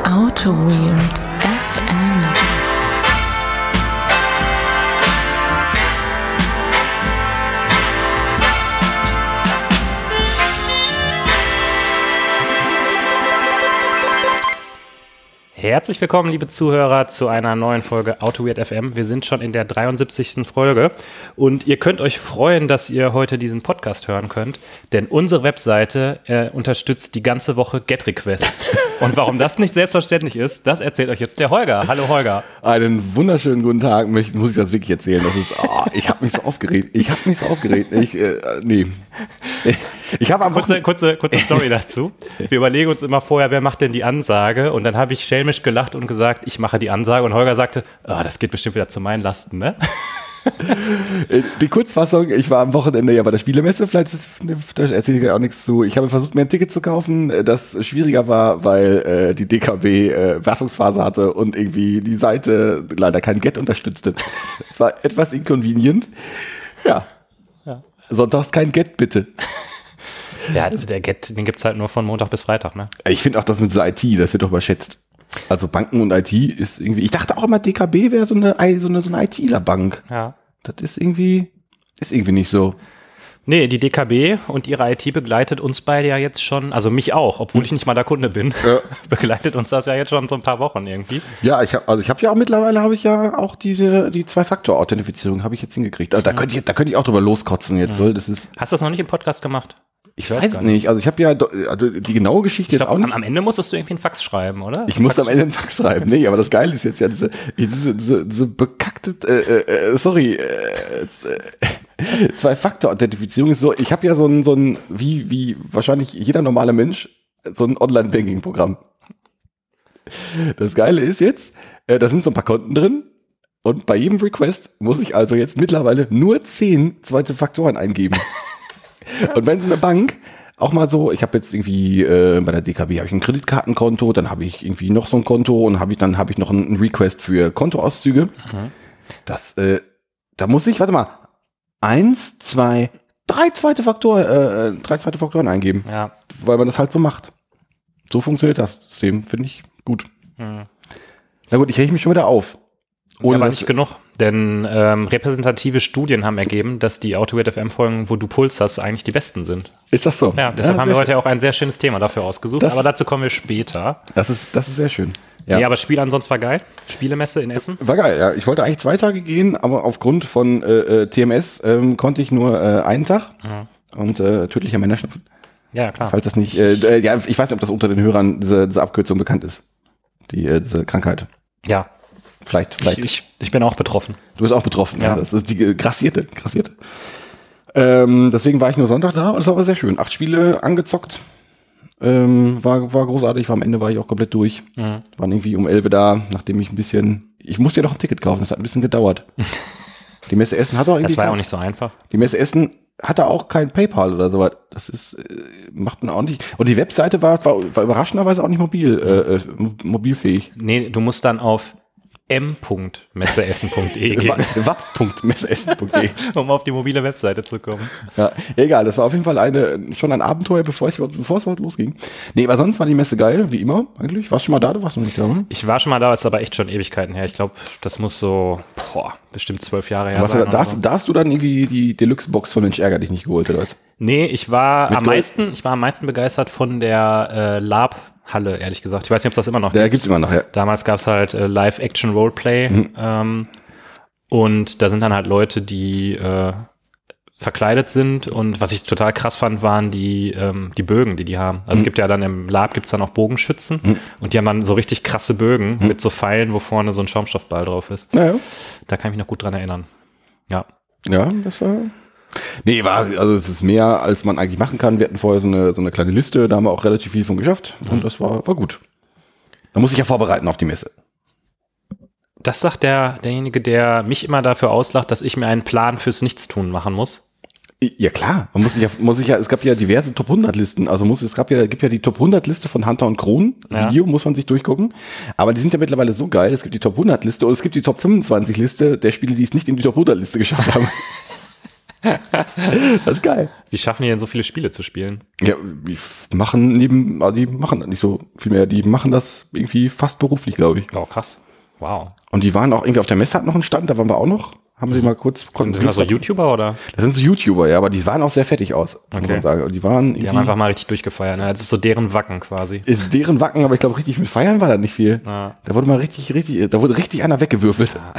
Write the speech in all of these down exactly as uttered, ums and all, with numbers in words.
Auto Weird F M. Herzlich willkommen, liebe Zuhörer, zu einer neuen Folge Auto Weird F M. Wir sind schon in der dreiundsiebzigsten Folge und ihr könnt euch freuen, dass ihr heute diesen Podcast hören könnt, denn unsere Webseite äh, unterstützt die ganze Woche Get-Requests. Und warum das nicht selbstverständlich ist, das erzählt euch jetzt der Holger. Hallo Holger. Einen wunderschönen guten Tag. Muss ich das wirklich erzählen? Das ist, oh, ich habe mich so aufgeregt. Ich habe mich so aufgeregt. Ich, äh, nee. Ich habe am kurze, kurze, kurze Story dazu. Wir überlegen uns immer vorher, wer macht denn die Ansage? Und dann habe ich schelmisch gelacht und gesagt, ich mache die Ansage. Und Holger sagte, oh, das geht bestimmt wieder zu meinen Lasten, ne? Die Kurzfassung, ich war am Wochenende ja bei der Spielemesse, vielleicht da erzähle ich auch nichts zu. Ich habe versucht, mir ein Ticket zu kaufen, das schwieriger war, weil äh, die D K B äh, Wartungsphase hatte und irgendwie die Seite leider kein Get unterstützte. Es war etwas inconvenient. Ja. ja. Sonntags kein Get, bitte. Ja, der Get, den gibt's halt nur von Montag bis Freitag, ne? Ich finde auch das mit so I T, das wird doch überschätzt. Also Banken und I T ist irgendwie, ich dachte auch immer, D K B wäre so eine, so eine, so eine ITler-Bank. Ja. Das ist irgendwie, ist irgendwie nicht so. Nee, die D K B und ihre I T begleitet uns beide ja jetzt schon, also mich auch, obwohl ich nicht mal der Kunde bin, ja. begleitet uns das ja jetzt schon so ein paar Wochen irgendwie. Ja, ich habe also ich habe ja auch mittlerweile habe ich ja auch diese die Zwei-Faktor-Authentifizierung habe ich jetzt hingekriegt. Also da könnte ich da könnte ich auch drüber loskotzen jetzt, mhm. weil das ist. Hast du das noch nicht im Podcast gemacht? Ich, ich weiß, weiß nicht. nicht. Also ich habe ja also die genaue Geschichte ich jetzt glaub, auch nicht. Am Ende musstest du irgendwie einen Fax schreiben, oder? Ich musste am Ende einen Fax schreiben. Nee, aber das Geile ist jetzt ja diese diese, diese, diese bekackte äh, äh, sorry äh, äh, Zwei-Faktor-Authentifizierung ist so, ich habe ja so ein, so ein, wie, wie wahrscheinlich jeder normale Mensch, so ein Online-Banking-Programm. Das Geile ist jetzt, äh, da sind so ein paar Konten drin und bei jedem Request muss ich also jetzt mittlerweile nur zehn zweite Faktoren eingeben. Und wenn so eine Bank auch mal so, ich habe jetzt irgendwie äh, bei der D K B habe ich ein Kreditkartenkonto, dann habe ich irgendwie noch so ein Konto und habe ich dann habe ich noch einen Request für Kontoauszüge. Mhm. Das, äh, da muss ich, warte mal, eins, zwei, drei zweite Faktoren, äh, drei zweite Faktoren eingeben, ja. Weil man das halt so macht. So funktioniert das System, finde ich gut. Mhm. Na gut, ich reg mich schon wieder auf. Ohne ja, aber nicht genug, denn ähm, repräsentative Studien haben ergeben, dass die Auto Weird F M-Folgen, wo du Puls hast, eigentlich die besten sind. Ist das so? Ja, deshalb ja, haben wir heute schön. Auch ein sehr schönes Thema dafür ausgesucht, das, aber dazu kommen wir später. Das ist, das ist sehr schön. Ja. Nee, aber Spiel ansonsten war geil. Spielemesse in Essen. War geil, ja. Ich wollte eigentlich zwei Tage gehen, aber aufgrund von äh, T M S ähm, konnte ich nur äh, einen Tag mhm. und äh, tödlicher Männerschnupfen. Ja, klar. Falls das nicht, äh, ja, ich weiß nicht, ob das unter den Hörern diese, diese Abkürzung bekannt ist. Die, äh, diese Krankheit. Ja. Vielleicht, vielleicht. Ich, ich, ich bin auch betroffen. Du bist auch betroffen, ja. ja. Das ist die grassierte, grassierte. Ähm, deswegen war ich nur Sonntag da und es war aber sehr schön. Acht Spiele angezockt. Ähm, war, war großartig. War am Ende war ich auch komplett durch. Mhm. Waren irgendwie um elf da, nachdem ich ein bisschen, ich musste ja noch ein Ticket kaufen. Das hat ein bisschen gedauert. Die Messe Essen hat auch irgendwie. Das war ja auch nicht so einfach. Die Messe Essen hatte auch kein PayPal oder sowas. Das ist, äh, macht man auch nicht. Und die Webseite war, war, war überraschenderweise auch nicht mobil, äh, mobilfähig. Nee, du musst dann auf m punkt messeessen punkt de gehen. w a p punkt messeessen punkt de um auf die mobile Webseite zu kommen. Ja, egal, das war auf jeden Fall eine, schon ein Abenteuer, bevor, ich, bevor es überhaupt losging. Nee, aber sonst war die Messe geil, wie immer eigentlich. Warst du schon mal da? Du warst noch nicht da, oder? Ich war schon mal da, ist aber echt schon Ewigkeiten her. Ich glaube, das muss so, boah, bestimmt zwölf Jahre her was, sein. Da, so. da hast du dann irgendwie die Deluxe-Box von Mensch ärger dich nicht geholt, oder was? Nee, ich war Mit am Gold? meisten, ich war am meisten begeistert von der äh, Lab Halle, ehrlich gesagt. Ich weiß nicht, ob es das immer noch gibt. Da gibt's immer noch, ja. Damals gab's halt äh, Live-Action-Roleplay mhm. ähm, und da sind dann halt Leute, die äh, verkleidet sind und was ich total krass fand, waren die ähm, die Bögen, die die haben. Also mhm. es gibt ja dann im Lab gibt's dann auch Bogenschützen mhm. und die haben dann so richtig krasse Bögen mhm. mit so Pfeilen, wo vorne so ein Schaumstoffball drauf ist. Ja, ja. Da kann ich mich noch gut dran erinnern. Ja. Ja, das war... Nee, war, also es ist mehr, als man eigentlich machen kann. Wir hatten vorher so eine, so eine kleine Liste, da haben wir auch relativ viel von geschafft und mhm. das war, war gut. Da muss ich ja vorbereiten auf die Messe. Das sagt der, derjenige, der mich immer dafür auslacht, dass ich mir einen Plan fürs Nichtstun machen muss. Ja klar, man muss sich ja, muss sich ja, es gab ja diverse Top hundert Listen, also muss, es gab ja, gibt ja die Top hundert Liste von Hunter und Kron, ja. Video muss man sich durchgucken, aber die sind ja mittlerweile so geil, es gibt die Top hundert Liste und es gibt die Top fünfundzwanzig Liste der Spiele, die es nicht in die Top hundert Liste geschafft haben. Das ist geil. Wie schaffen die denn so viele Spiele zu spielen? Ja, die machen neben, also die machen das nicht so viel mehr. Die machen das irgendwie fast beruflich, glaube ich. Oh, krass. Wow. Und die waren auch irgendwie auf der Messe, hat noch einen Stand, da waren wir auch noch. Haben sie mal kurz... Sind das so YouTuber oder? Das sind so YouTuber, ja, aber die waren auch sehr fertig aus, okay. muss man sagen. Und die waren Die haben einfach mal richtig durchgefeiert. Ne? Das ist so deren Wacken quasi. Ist deren Wacken, aber ich glaube, richtig mit Feiern war da nicht viel. Ja. Da wurde mal richtig, richtig, da wurde richtig einer weggewürfelt. Ja.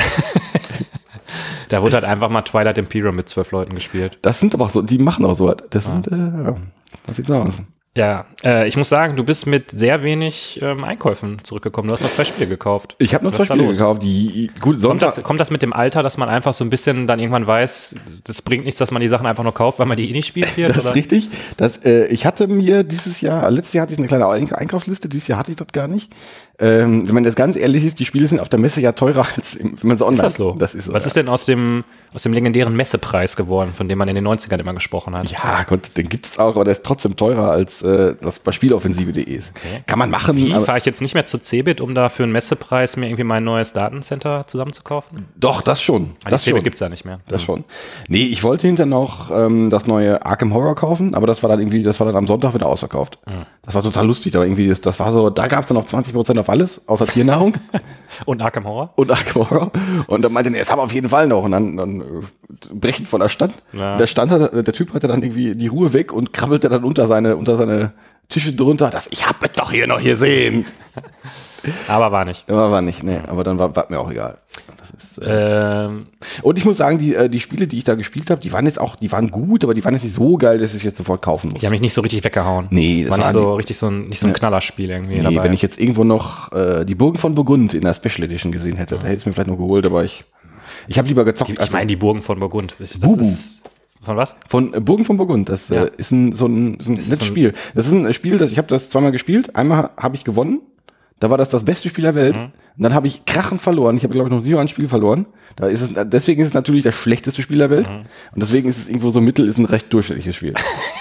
Da wurde halt einfach mal Twilight Imperium mit zwölf Leuten gespielt. Das sind aber auch so, die machen auch so was. Das ja. sind, äh, ja, das sieht so aus. Ja, äh, ich muss sagen, du bist mit sehr wenig ähm, Einkäufen zurückgekommen. Du hast noch zwei Spiele gekauft. Ich habe noch zwei Spiele gekauft. Die, gut, kommt, das, kommt das mit dem Alter, dass man einfach so ein bisschen dann irgendwann weiß, das bringt nichts, dass man die Sachen einfach nur kauft, weil man die eh nicht spielt wird? Das oder? Ist richtig. Das, äh, ich hatte mir dieses Jahr, letztes Jahr hatte ich eine kleine Einkaufsliste, dieses Jahr hatte ich das gar nicht. Ähm, wenn man das ganz ehrlich ist, die Spiele sind auf der Messe ja teurer, als wenn man so online... Ist das so? Das ist so. Was ja. ist denn aus dem, aus dem legendären Messepreis geworden, von dem man in den neunzigern immer gesprochen hat? Ja, Gott, den gibt's auch, aber der ist trotzdem teurer als äh, das bei Spieleoffensive punkt de ist. Okay. Kann man machen. Wie, fahre ich jetzt nicht mehr zu Cebit, um da für einen Messepreis mir irgendwie mein neues Datencenter zusammenzukaufen? Doch, das schon. Aber das die Cebit schon. gibt's ja nicht mehr. Das mhm. schon. Nee, ich wollte hinterher noch ähm, das neue Arkham Horror kaufen, aber das war dann irgendwie, das war dann am Sonntag wieder ausverkauft. Mhm. Das war total lustig, aber irgendwie, das, das war so, da gab's dann noch zwanzig Prozent auf alles, außer Tiernahrung. Und Arkham Horror? Und Arkham Horror. Und dann meinte er, das haben wir auf jeden Fall noch. Und dann, dann brechend voller Stand. Ja. Der Stand hat, der Typ hatte dann irgendwie die Ruhe weg und krabbelte dann unter seine, unter seine Tische drunter. Das, ich hab es doch hier noch gesehen. Aber war nicht. Aber war nicht, nee. Aber dann war, war mir auch egal. Das ist, äh ähm. Und ich muss sagen, die, die Spiele, die ich da gespielt habe, die waren jetzt auch, die waren gut, aber die waren jetzt nicht so geil, dass ich jetzt sofort kaufen muss. Die haben mich nicht so richtig weggehauen. Nee, das war nicht war so nicht, richtig so ein, nicht so ein Knallerspiel irgendwie nee, dabei. Wenn ich jetzt irgendwo noch äh, die Burgen von Burgund in der Special Edition gesehen hätte, mhm. da hätte ich es mir vielleicht noch geholt, aber ich ich habe lieber gezockt. Die, ich meine die Burgen von Burgund. Das, das Bubu. Ist, von was? Von äh, Burgen von Burgund. Das ja. äh, ist ein so ein, so ein nettes so ein Spiel. Das ist ein Spiel, das ich habe das zweimal gespielt. Einmal habe ich gewonnen. Da war das das beste Spiel der Welt. Mhm. Und dann habe ich krachend verloren. Ich habe, glaube ich, noch nie ein Spiel verloren. Da ist es, deswegen ist es natürlich das schlechteste Spiel der Welt. Mhm. Und deswegen ist es irgendwo so mittel, ist ein recht durchschnittliches Spiel.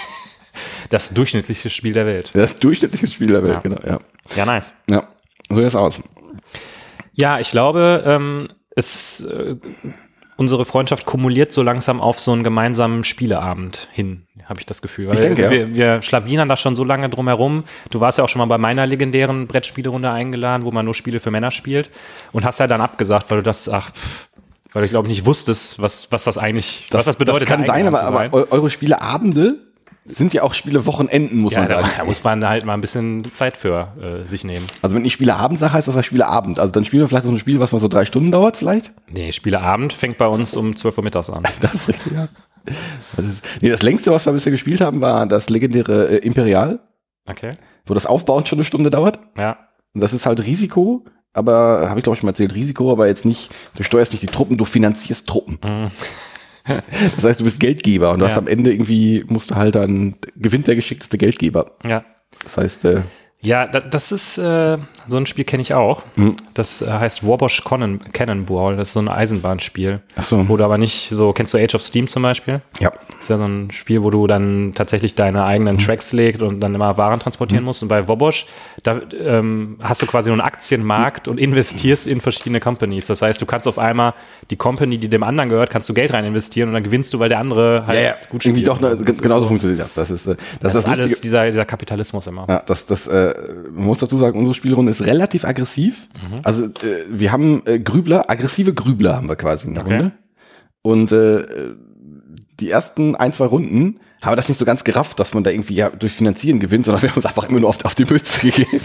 Das durchschnittliche Spiel der Welt. Das durchschnittliche Spiel der Welt, ja. Genau. Ja. ja, nice. Ja, so sieht es aus. Ja, ich glaube, ähm, es, äh, unsere Freundschaft kumuliert so langsam auf so einen gemeinsamen Spieleabend hin, habe ich das Gefühl. Weil ich denke, wir, ja. wir schlawinern da schon so lange drum herum. Du warst ja auch schon mal bei meiner legendären Brettspielerunde eingeladen, wo man nur Spiele für Männer spielt und hast ja dann abgesagt, weil du das, ach, pff, weil du, glaube ich, nicht wusstest, was, was das eigentlich, das, was das bedeutet. Das kann sein, aber, aber eure Spieleabende sind ja auch Spielewochenenden, muss ja, man sagen. Da, da muss man halt mal ein bisschen Zeit für äh, sich nehmen. Also wenn ich Spieleabend sage, heißt das ja Spieleabend. Also dann spielen wir vielleicht so ein Spiel, was mal so drei Stunden dauert vielleicht? Nee, Spieleabend fängt bei uns um zwölf Uhr mittags an. Das ist richtig, ja. Das, ist, nee, das längste, was wir bisher gespielt haben, war das legendäre äh, Imperial. Okay. Wo das Aufbauen schon eine Stunde dauert. Ja. Und das ist halt Risiko, aber, habe ich glaube ich schon mal erzählt, Risiko, aber jetzt nicht, du steuerst nicht die Truppen, du finanzierst Truppen. Mhm. Das heißt, du bist Geldgeber und du ja. hast am Ende irgendwie, musst du halt dann, gewinnt der geschickteste Geldgeber. Ja. Das heißt, äh, ja, da, das ist, äh, so ein Spiel kenne ich auch. Mhm. Das äh, heißt Warbosh Cannon, Cannonball. Das ist so ein Eisenbahnspiel. Ach so. Wo du aber nicht so, kennst du Age of Steam zum Beispiel? Ja. Das ist ja so ein Spiel, wo du dann tatsächlich deine eigenen mhm. Tracks legst und dann immer Waren transportieren mhm. musst. Und bei Warbosh, da ähm, hast du quasi nur einen Aktienmarkt mhm. und investierst in verschiedene Companies. Das heißt, du kannst auf einmal die Company, die dem anderen gehört, kannst du Geld rein investieren und dann gewinnst du, weil der andere halt ja, ja. gut spielt. Irgendwie doch, ne, genauso so, funktioniert das. Das ist, äh, das, das ist alles dieser, dieser Kapitalismus immer. Ja, das, das, äh, man muss dazu sagen, unsere Spielrunde ist relativ aggressiv. Mhm. Also äh, wir haben äh, Grübler, aggressive Grübler haben wir quasi in der okay. Runde. Und äh, die ersten ein, zwei Runden haben wir das nicht so ganz gerafft, dass man da irgendwie ja durch Finanzieren gewinnt, sondern wir haben uns einfach immer nur auf, auf die Mütze gegeben.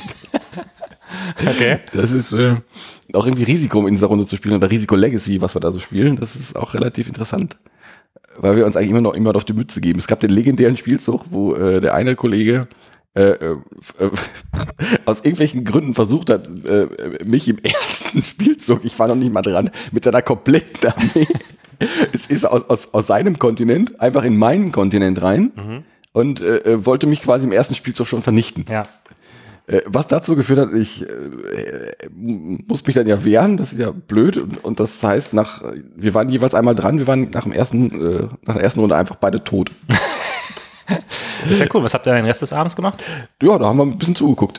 Okay. Das ist äh, auch irgendwie Risiko, um in dieser Runde zu spielen oder Risiko Legacy, was wir da so spielen. Das ist auch relativ interessant, weil wir uns eigentlich immer noch immer auf die Mütze geben. Es gab den legendären Spielzug, wo äh, der eine Kollege Äh, äh, aus irgendwelchen Gründen versucht hat, äh, mich im ersten Spielzug, ich war noch nicht mal dran, mit seiner kompletten Armee, es ist aus, aus, aus seinem Kontinent einfach in meinen Kontinent rein mhm. und äh, wollte mich quasi im ersten Spielzug schon vernichten. Ja. Äh, was dazu geführt hat, ich äh, muss mich dann ja wehren, das ist ja blöd und, und das heißt, nach, wir waren jeweils einmal dran, wir waren nach dem ersten, äh, nach der ersten Runde einfach beide tot. Das ist ja cool. Was habt ihr den Rest des Abends gemacht? Ja, da haben wir ein bisschen zugeguckt.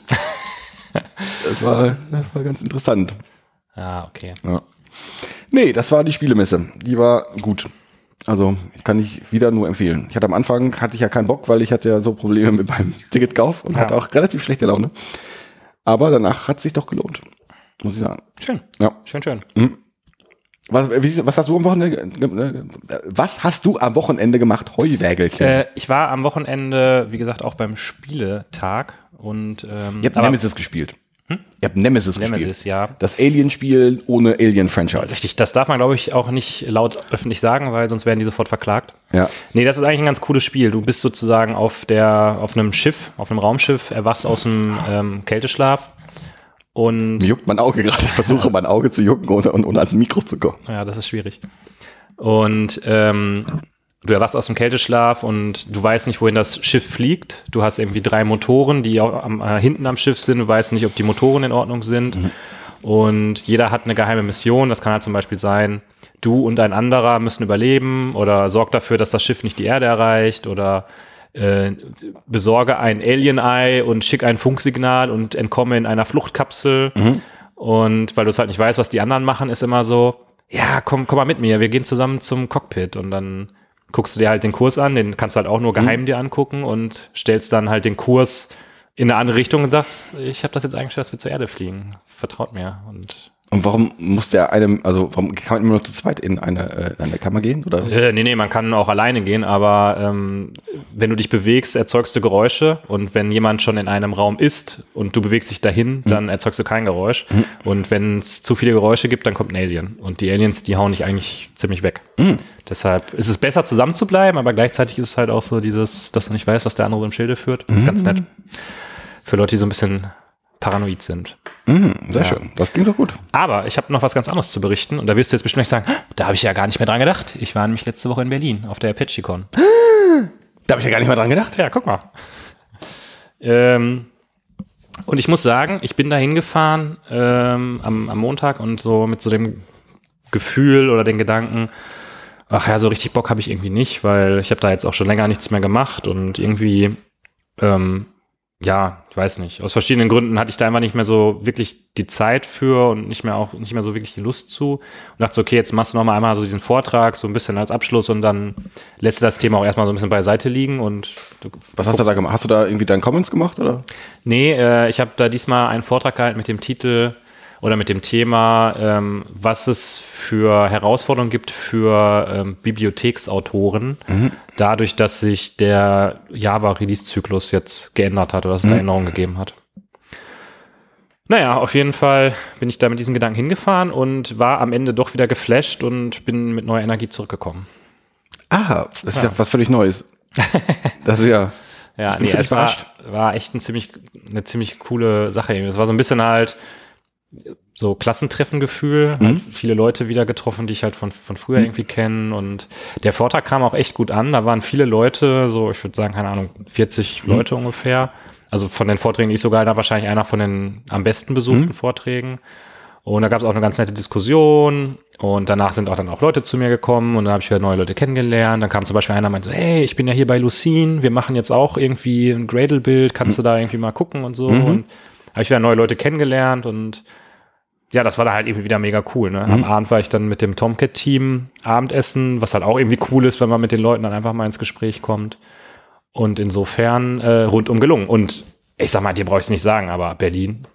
Das war, das war ganz interessant. Ah, okay. Ja. Nee, das war die Spielemesse. Die war gut. Also ich kann ich wieder nur empfehlen. Ich hatte am Anfang, hatte ich ja keinen Bock, weil ich hatte ja so Probleme mit meinem Ticketkauf und Ja. hatte auch relativ schlechte Laune. Aber danach hat es sich doch gelohnt, muss ich sagen. Schön. Ja. Schön, schön. Was, wie, was hast du am Wochenende, ge- was hast du am Wochenende gemacht, Heuwägelchen? Äh, ich war am Wochenende, wie gesagt, auch beim Spieletag und ähm, Ihr habt aber- Nemesis gespielt. Ihr habt Nemesis, Nemesis, gespielt. ja. Das Alien-Spiel ohne Alien-Franchise. Richtig, das darf man, glaube ich, auch nicht laut öffentlich sagen, weil sonst werden die sofort verklagt. Ja. Nee, das ist eigentlich ein ganz cooles Spiel. Du bist sozusagen auf der, auf einem Schiff, auf einem Raumschiff, erwachst aus dem ähm, Kälteschlaf und Mir juckt mein Auge gerade. Ich versuche mein Auge zu jucken, ohne, ohne ans Mikro zu kommen. ja, das ist schwierig. Und ähm, du erwachst aus dem Kälteschlaf und du weißt nicht, wohin das Schiff fliegt. Du hast irgendwie drei Motoren, die auch am, äh, hinten am Schiff sind. Du weißt nicht, ob die Motoren in Ordnung sind. Mhm. Und jeder hat eine geheime Mission. Das kann halt zum Beispiel sein, du und ein anderer müssen überleben oder sorg dafür, dass das Schiff nicht die Erde erreicht oder äh, besorge ein Alien-Ei und schick ein Funksignal und entkomme in einer Fluchtkapsel. Mhm. Und weil du es halt nicht weißt, was die anderen machen, ist immer so, ja, komm, komm mal mit mir, wir gehen zusammen zum Cockpit und dann guckst du dir halt den Kurs an, den kannst du halt auch nur geheim mhm. dir angucken und stellst dann halt den Kurs in eine andere Richtung und sagst, ich habe das jetzt eingestellt, dass wir zur Erde fliegen. Vertraut mir. Und Und warum muss der einem, also warum kann man immer nur zu zweit in eine, äh, in eine Kammer gehen? Oder? Äh, nee, nee, man kann auch alleine gehen, aber ähm, wenn du dich bewegst, erzeugst du Geräusche und wenn jemand schon in einem Raum ist und du bewegst dich dahin, mhm. dann erzeugst du kein Geräusch. Mhm. Und wenn es zu viele Geräusche gibt, dann kommt ein Alien. Und die Aliens, die hauen dich eigentlich ziemlich weg. Mhm. Deshalb ist es besser, zusammen zu bleiben, aber gleichzeitig ist es halt auch so dieses, dass du nicht weißt, was der andere im Schilde führt. Das ist mhm. ganz nett. Für Leute, die so ein bisschen paranoid sind. Mhm, sehr ja. schön. Das klingt doch gut. Aber ich habe noch was ganz anderes zu berichten und da wirst du jetzt bestimmt nicht sagen, da habe ich ja gar nicht mehr dran gedacht. Ich war nämlich letzte Woche in Berlin auf der ApacheCon. Da habe ich ja gar nicht mehr dran gedacht. Ja, guck mal. Ähm, und ich muss sagen, ich bin da hingefahren ähm, am, am Montag und so mit so dem Gefühl oder den Gedanken, ach ja, so richtig Bock habe ich irgendwie nicht, weil ich habe da jetzt auch schon länger nichts mehr gemacht und irgendwie ähm, ja, ich weiß nicht. Aus verschiedenen Gründen hatte ich da einfach nicht mehr so wirklich die Zeit für und nicht mehr auch nicht mehr so wirklich die Lust zu. Und dachte so, okay, jetzt machst du noch mal einmal so diesen Vortrag, so ein bisschen als Abschluss und dann lässt du das Thema auch erstmal so ein bisschen beiseite liegen. Und du was hast du da gemacht? Hast du da irgendwie deinen Comments gemacht, oder? Nee, äh, ich habe da diesmal einen Vortrag gehalten mit dem Titel oder mit dem Thema, ähm, was es für Herausforderungen gibt für ähm, Bibliotheksautoren, mhm. dadurch, dass sich der Java-Release-Zyklus jetzt geändert hat oder dass es mhm. da Änderungen gegeben hat. Naja, auf jeden Fall bin ich da mit diesen Gedanken hingefahren und war am Ende doch wieder geflasht und bin mit neuer Energie zurückgekommen. Aha, das ist ja, ja was völlig Neues. Das ist ja... Ja, nee, es war, war echt ein ziemlich, eine ziemlich coole Sache. Es war so ein bisschen halt so Klassentreffen-Gefühl, mhm. halt viele Leute wieder getroffen, die ich halt von, von früher mhm. irgendwie kenne und der Vortrag kam auch echt gut an, da waren viele Leute, so ich würde sagen, keine Ahnung, vierzig mhm. Leute ungefähr, also von den Vorträgen, die ich sogar da wahrscheinlich einer von den am besten besuchten mhm. Vorträgen und da gab es auch eine ganz nette Diskussion und danach sind auch dann auch Leute zu mir gekommen und dann habe ich wieder neue Leute kennengelernt, dann kam zum Beispiel einer und meinte so, hey, ich bin ja hier bei Lucene, wir machen jetzt auch irgendwie ein Gradle-Bild, kannst mhm. du da irgendwie mal gucken und so mhm. und habe ich wieder neue Leute kennengelernt und ja, das war da halt irgendwie wieder mega cool. Ne? Mhm. Am Abend war ich dann mit dem Tomcat-Team Abendessen, was halt auch irgendwie cool ist, wenn man mit den Leuten dann einfach mal ins Gespräch kommt. Und insofern äh, rundum gelungen. Und ich sag mal, dir brauche ich es nicht sagen, aber Berlin,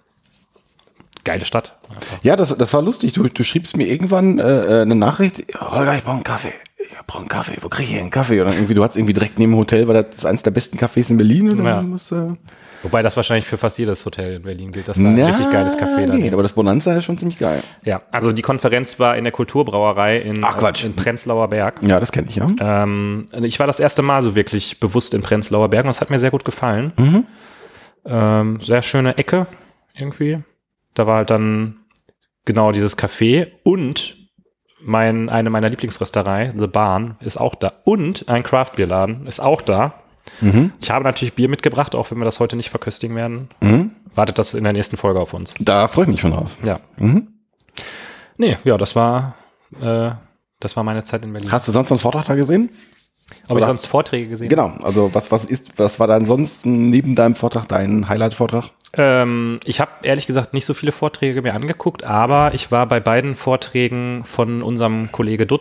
geile Stadt. Einfach. Ja, das, das war lustig. Du, du schriebst mir irgendwann äh, eine Nachricht, Holger, ich brauche einen Kaffee. Ich brauche einen Kaffee. Wo kriege ich einen Kaffee? Und dann irgendwie, du hattest irgendwie direkt neben dem Hotel, weil das ist eines der besten Cafés in Berlin. Oder? Ja. Musst, äh Wobei das wahrscheinlich für fast jedes Hotel in Berlin gilt. Das ist ein Na, richtig geiles Café da. Nee, aber das Bonanza ist schon ziemlich geil. Ja, also die Konferenz war in der Kulturbrauerei in, Ach, Quatsch. in Prenzlauer Berg. Ja, das kenne ich, ja. Ähm, ich war das erste Mal so wirklich bewusst in Prenzlauer Berg und das hat mir sehr gut gefallen. Mhm. Ähm, sehr schöne Ecke irgendwie. Da war halt dann genau dieses Café und mein, eine meiner Lieblingsrösterei, The Barn, ist auch da. Und ein Craft-Bierladen ist auch da. Mhm. Ich habe natürlich Bier mitgebracht, auch wenn wir das heute nicht verköstigen werden. Mhm. Wartet das in der nächsten Folge auf uns. Da freue ich mich schon drauf. Ja. Mhm. Nee, ja, das war, äh, das war meine Zeit in Berlin. Hast du sonst noch einen Vortrag da gesehen? Ob Oder? ich sonst Vorträge gesehen Genau, also was, was ist, was war da ansonsten neben deinem Vortrag dein Highlight-Vortrag? Ähm, ich habe ehrlich gesagt nicht so viele Vorträge mir angeguckt, aber ich war bei beiden Vorträgen von unserem Kollege Dutz.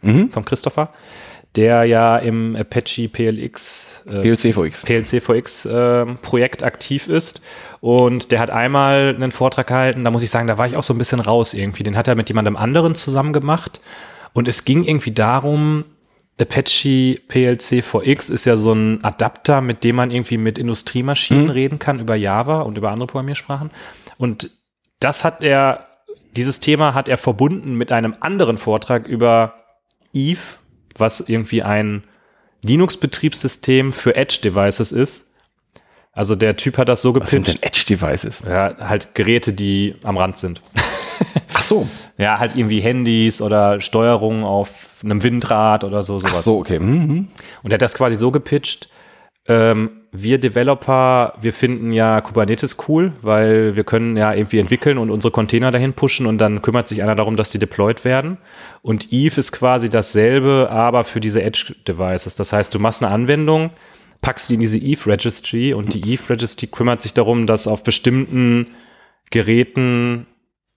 Mhm. vom Christopher, der ja im Apache P L X, äh, P L C V X. P L C V X äh, Projekt aktiv ist. Und der hat einmal einen Vortrag gehalten, da muss ich sagen, da war ich auch so ein bisschen raus irgendwie. Den hat er mit jemandem anderen zusammen gemacht. Und es ging irgendwie darum, Apache P L C V X ist ja so ein Adapter, mit dem man irgendwie mit Industriemaschinen Mhm. reden kann über Java und über andere Programmiersprachen. Und das hat er, dieses Thema hat er verbunden mit einem anderen Vortrag über Eve, was irgendwie ein Linux-Betriebssystem für Edge-Devices ist. Also der Typ hat das so Was sind denn gepitcht. Edge-Devices? Ja, halt Geräte, die am Rand sind. Ach so. Ja, halt irgendwie Handys oder Steuerung auf einem Windrad oder so, sowas. Ach so, okay. Mhm. Und er hat das quasi so gepitcht, ähm, wir Developer, wir finden ja Kubernetes cool, weil wir können ja irgendwie entwickeln und unsere Container dahin pushen und dann kümmert sich einer darum, dass die deployed werden. Und Eve ist quasi dasselbe, aber für diese Edge-Devices. Das heißt, du machst eine Anwendung, packst die in diese Eve-Registry und die Eve-Registry kümmert sich darum, dass auf bestimmten Geräten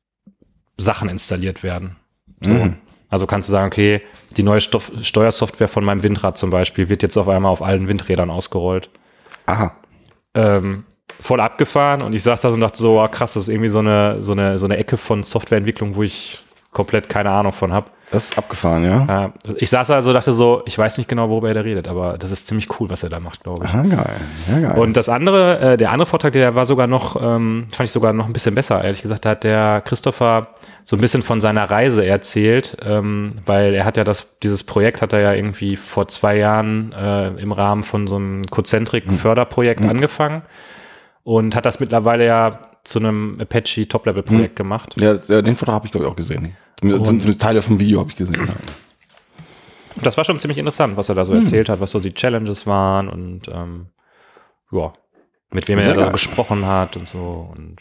Sachen installiert werden. So. Mhm. Also kannst du sagen, okay, die neue Stoff- Steuersoftware von meinem Windrad zum Beispiel wird jetzt auf einmal auf allen Windrädern ausgerollt. Aha. Ähm, voll abgefahren und ich saß da und dachte so, oh, krass, das ist irgendwie so eine, so eine, so eine Ecke von Softwareentwicklung, wo ich komplett keine Ahnung von habe. Das ist abgefahren, ja. Äh, ich saß da so, dachte so, ich weiß nicht genau, worüber er da redet, aber das ist ziemlich cool, was er da macht, glaube ich. Aha, geil. Ja, geil. Und das andere, äh, der andere Vortrag, der war sogar noch, ähm, fand ich sogar noch ein bisschen besser, ehrlich gesagt. Da hat der Christopher so ein bisschen von seiner Reise erzählt, ähm, weil er hat ja das, dieses Projekt hat er ja irgendwie vor zwei Jahren äh, im Rahmen von so einem Cozentric-Förderprojekt Mhm. angefangen und hat das mittlerweile ja zu einem Apache Top-Level-Projekt Mhm. gemacht. ja, der- den Vortrag habe ich, glaube ich, auch gesehen. Zumindest, zumindest Teile vom Video habe ich gesehen. Ja. Und das war schon ziemlich interessant, was er da so Mhm. erzählt hat, was so die Challenges waren und ähm, ja, mit wem Sehr er da geil. gesprochen hat und so und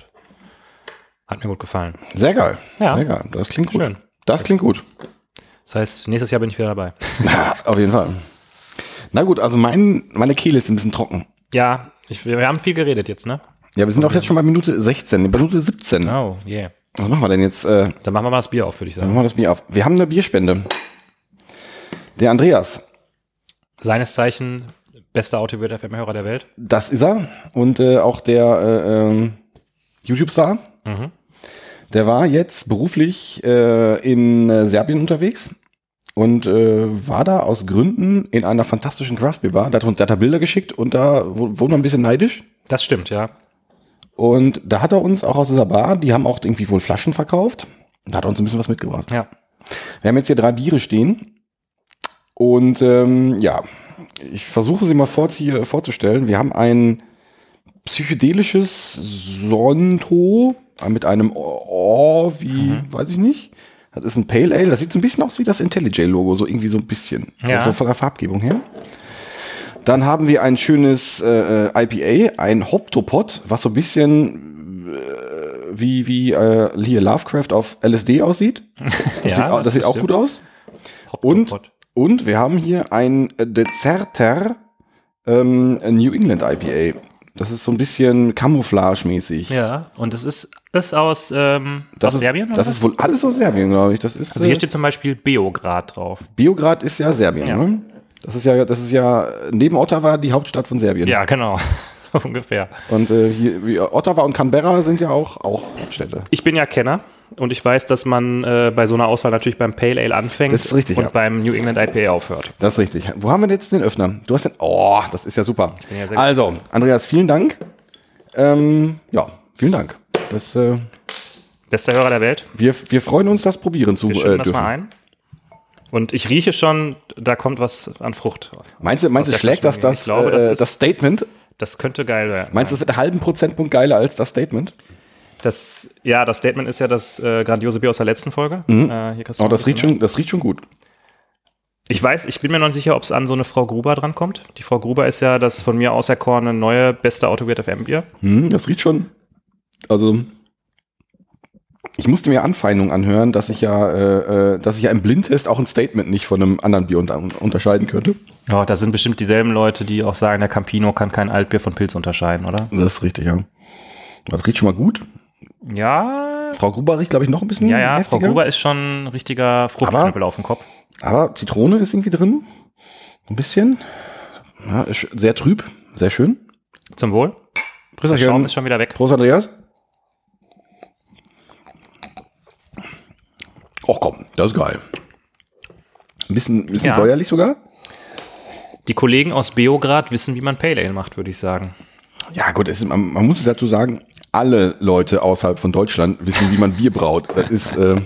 hat mir gut gefallen. Sehr geil. Ja. Sehr geil. Das klingt gut. Schön. Das klingt gut. Das heißt, nächstes Jahr bin ich wieder dabei. Auf jeden Fall. Na gut, also mein, meine Kehle ist ein bisschen trocken. Ja, ich, wir haben viel geredet jetzt, ne? Ja, wir sind auch jetzt schon bei Minute sechzehn, bei Minute siebzehn. Oh, yeah. Was machen wir denn jetzt? Äh, Dann machen wir mal das Bier auf, würde ich dann sagen. machen wir das Bier auf. Wir haben eine Bierspende. Der Andreas, Seines Zeichen bester Autowert-F M-Hörer der Welt. das ist er. Und äh, auch der äh, ähm, YouTube-Star. Mhm. Der war jetzt beruflich äh, in äh, Serbien unterwegs und äh, war da aus Gründen in einer fantastischen Craft-Beer-Bar. Der, hat- der hat da Bilder geschickt und da wo- wurden wir ein bisschen neidisch. Das stimmt, ja. Und da hat er uns auch aus dieser Bar, die haben auch irgendwie wohl Flaschen verkauft. Da hat er uns ein bisschen was mitgebracht. Ja. Wir haben jetzt hier drei Biere stehen. Und ähm, ja, ich versuche sie mal vor, hier vorzustellen. Wir haben ein psychedelisches Sonto mit einem Oh, wie, Mhm. weiß ich nicht. Das ist ein Pale Ale. Das sieht so ein bisschen aus wie das IntelliJ-Logo, so irgendwie so ein bisschen. Ja. So von der Farbgebung her. Dann haben wir ein schönes äh, I P A, ein Hoptopod, was so ein bisschen äh, wie, wie äh, hier Lovecraft auf L S D aussieht. Das Ja, sieht, au- das das sieht auch stimmt. gut aus. Hop, Und, hop, hop. und wir haben hier ein Deserter ähm, New England I P A. Das ist so ein bisschen Camouflage-mäßig. Ja, und es ist, ist aus, ähm, Das aus ist, Serbien, oder Das was? ist wohl alles aus Serbien, glaube ich. Das ist, Also hier äh, steht zum Beispiel Beograd drauf. Beograd ist ja Serbien, Ja. ne? Das ist ja, das ist ja neben Ottawa die Hauptstadt von Serbien. Ja, genau. Ungefähr. Und äh, hier, wie, Ottawa und Canberra sind ja auch, auch Städte. Ich bin ja Kenner und ich weiß, dass man äh, bei so einer Auswahl natürlich beim Pale Ale anfängt Das ist richtig, und ja. beim New England I P A aufhört. Das ist richtig. Wo haben wir jetzt den Öffner? Du hast den. Oh, das ist ja super. bin ja sehr Also, Andreas, vielen Dank. Ähm, ja, vielen Dank. Das, äh, Bester Hörer der Welt. wir, wir freuen uns, das probieren zu Wir äh, schütten das dürfen. mal ein. Und ich rieche schon, da kommt was an Frucht. Meinst du, meinst du Aus der schlägt das Flasche. das, Ich glaube, das äh, ist- das Statement? Das könnte geil werden. Meinst du, das wird einen halben Prozentpunkt geiler als das Statement? Das, ja, das Statement ist ja das äh, grandiose Bier aus der letzten Folge. Äh, hier kriegst du Oh, ein das bisschen riecht schon, das riecht schon gut. Ich weiß, ich bin mir noch nicht sicher, ob es an so eine Frau Gruber drankommt. Die Frau Gruber ist ja das von mir auserkorene neue beste Autowert F M Bier. Hm, das riecht schon. Also, ich musste mir Anfeindungen anhören, dass ich ja, äh, äh, dass ich ja im Blindtest auch ein Statement nicht von einem anderen Bier unter unterscheiden könnte. Ja, das sind bestimmt dieselben Leute, die auch sagen, der Campino kann kein Altbier von Pilz unterscheiden, oder? Das ist richtig, ja. Das riecht schon mal gut. Ja, Frau Gruber riecht, glaube ich, noch ein bisschen ja, ja. Frau heftiger. Gruber ist schon ein richtiger Fruchtknüppel auf dem Kopf. Aber Zitrone ist irgendwie drin. Ein bisschen. Ja, ist sehr trüb. Sehr schön. Zum Wohl. Prost, Der Schaum ist schon wieder weg. Prost, Andreas. Och komm, das ist geil. Ein bisschen, bisschen Ja. säuerlich sogar. Die Kollegen aus Beograd wissen, wie man Pale Ale macht, würde ich sagen. Ja gut, es ist, man, man muss dazu sagen, alle Leute außerhalb von Deutschland wissen, wie man Bier braut. Das ist, äh,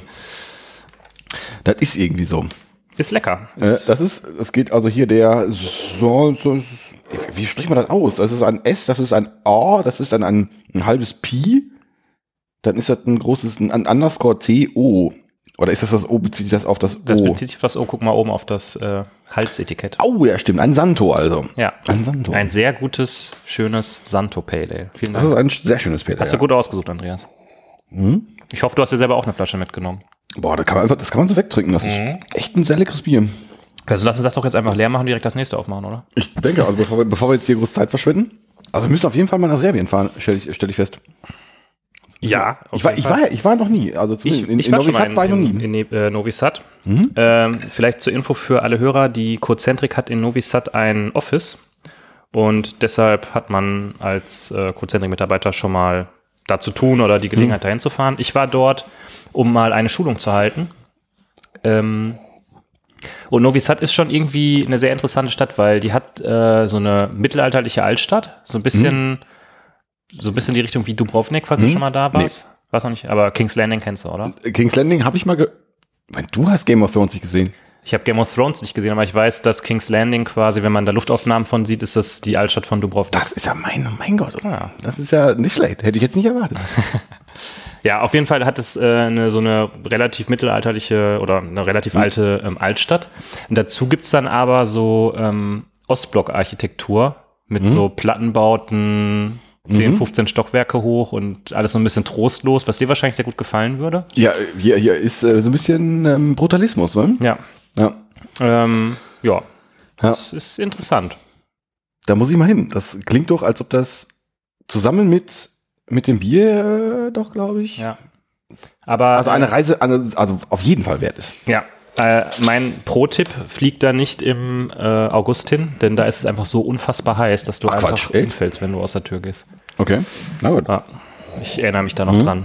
das ist irgendwie so. Ist lecker. Äh, Ist, das ist, es geht also hier der, so, so, wie spricht man das aus? Das ist ein S, das ist ein A, das ist dann ein, ein halbes Pi, dann ist das ein großes, ein Underscore T, O. Oder ist das das O, bezieht sich das auf das O? das bezieht sich auf das O. Guck mal oben auf das äh, Halsetikett. Oh, ja stimmt, ein Santo also. Ja. Ein Santo. Ein sehr gutes, schönes Santo Pale Ale. Vielen Das Dank. ist ein sehr schönes Pale Ale. Hast du gut ausgesucht, Andreas. Mhm. Ich hoffe, du hast dir selber auch eine Flasche mitgenommen. Boah, da kann man einfach, das kann man so wegtrinken. Das ist echt ein sehr leckeres Bier. Also lass uns das doch jetzt einfach leer machen und direkt das nächste aufmachen, oder? Ich denke, also bevor wir, bevor wir jetzt hier groß Zeit verschwenden, also wir müssen auf jeden Fall mal nach Serbien fahren, stelle ich, stell ich fest. Ja. Ich war, ich war, ich war noch nie. Also Ich, zumindest in, ich in war Novi schon mal Sad war ich noch in, nie. in, in äh, Novi Sad. Ähm, vielleicht zur Info für alle Hörer, die Cozentrik hat in Novi Sad ein Office und deshalb hat man als äh, Cozentrik-Mitarbeiter schon mal da zu tun oder die Gelegenheit dahin zu fahren. Ich war dort, um mal eine Schulung zu halten. Ähm, und Novi Sad ist schon irgendwie eine sehr interessante Stadt, weil die hat äh, so eine mittelalterliche Altstadt, so ein bisschen so ein bisschen die Richtung wie Dubrovnik, falls du schon mal da warst. Nee. Weiß noch nicht, aber King's Landing kennst du, oder? King's Landing habe ich mal ge... Ich meine, du hast Game of Thrones nicht gesehen. Ich habe Game of Thrones nicht gesehen, aber ich weiß, dass King's Landing quasi, wenn man da Luftaufnahmen von sieht, ist das die Altstadt von Dubrovnik. Das ist ja mein, mein Gott. Ja. Das ist ja nicht schlecht. Hätte ich jetzt nicht erwartet. Ja, auf jeden Fall hat es äh, eine, so eine relativ mittelalterliche oder eine relativ mhm. alte ähm, Altstadt. Und dazu gibt's dann aber so ähm, Ostblock-Architektur mit mhm. so Plattenbauten, zehn, fünfzehn Stockwerke hoch und alles so ein bisschen trostlos, was dir wahrscheinlich sehr gut gefallen würde. Ja, hier, hier ist äh, so ein bisschen ähm, Brutalismus, ne? Ja. Ja. Ähm, ja. Ja. Das ist interessant. Da muss ich mal hin. Das klingt doch, als ob das zusammen mit, mit dem Bier äh, doch, glaube ich. Ja. Aber, also eine Reise, also auf jeden Fall wert ist. Ja. Äh, mein Pro-Tipp, fliegt da nicht im äh, August hin, denn da ist es einfach so unfassbar heiß, dass du Ach, einfach Quatsch, umfällst, wenn du aus der Tür gehst. Okay, na gut. Ja, ich erinnere mich da noch mhm. dran.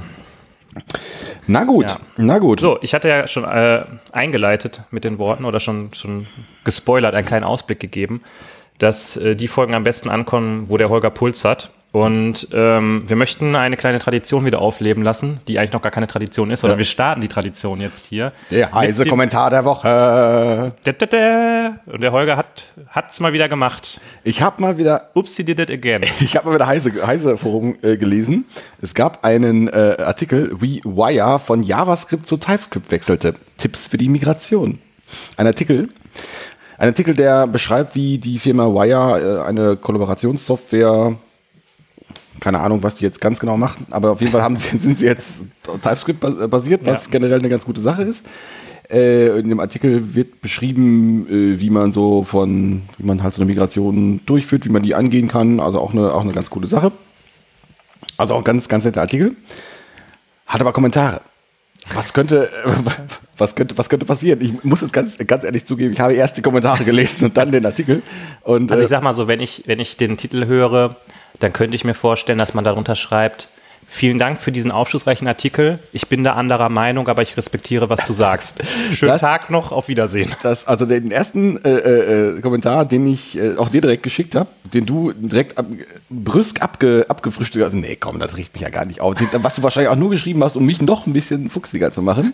Na gut, ja. na gut. So, ich hatte ja schon äh, eingeleitet mit den Worten oder schon, schon gespoilert, einen kleinen Ausblick gegeben, dass äh, die Folgen am besten ankommen, wo der Holger Puls hat. Und ähm, wir möchten eine kleine Tradition wieder aufleben lassen, die eigentlich noch gar keine Tradition ist, sondern ja. wir starten die Tradition jetzt hier. Der heiße Kommentar der Woche. Da, da, da. Und der Holger hat hat's mal wieder gemacht. Ich habe mal wieder... Ups, he did it again. Ich habe mal wieder Heise, Heise Forum äh, gelesen. Es gab einen äh, Artikel, wie Wire von JavaScript zu TypeScript wechselte. Tipps für die Migration. Ein Artikel... Ein Artikel, der beschreibt, wie die Firma Wire äh, eine Kollaborationssoftware... Keine Ahnung, was die jetzt ganz genau machen, aber auf jeden Fall haben sie, sind sie jetzt TypeScript basiert, was ja. generell eine ganz gute Sache ist. Äh, in dem Artikel wird beschrieben, äh, wie man so von, wie man halt so eine Migration durchführt, wie man die angehen kann. Also auch eine, auch eine ganz coole Sache. Also auch ein ganz, ganz netter Artikel. Hat aber Kommentare. Was könnte, was könnte, was könnte passieren? Ich muss jetzt ganz, ganz ehrlich zugeben, ich habe erst die Kommentare gelesen und dann den Artikel. Und, also ich sag mal so, wenn ich, wenn ich den Titel höre, dann könnte ich mir vorstellen, dass man darunter schreibt, vielen Dank für diesen aufschlussreichen Artikel. Ich bin da anderer Meinung, aber ich respektiere, was du sagst. Schönen das, Tag noch, auf Wiedersehen. Das, also den ersten äh, äh, Kommentar, den ich äh, auch dir direkt geschickt habe, den du direkt ab, brüsk abge, abgefrühstückt hast, nee, komm, das riecht mich ja gar nicht auf. Was du wahrscheinlich auch nur geschrieben hast, um mich noch ein bisschen fuchsiger zu machen.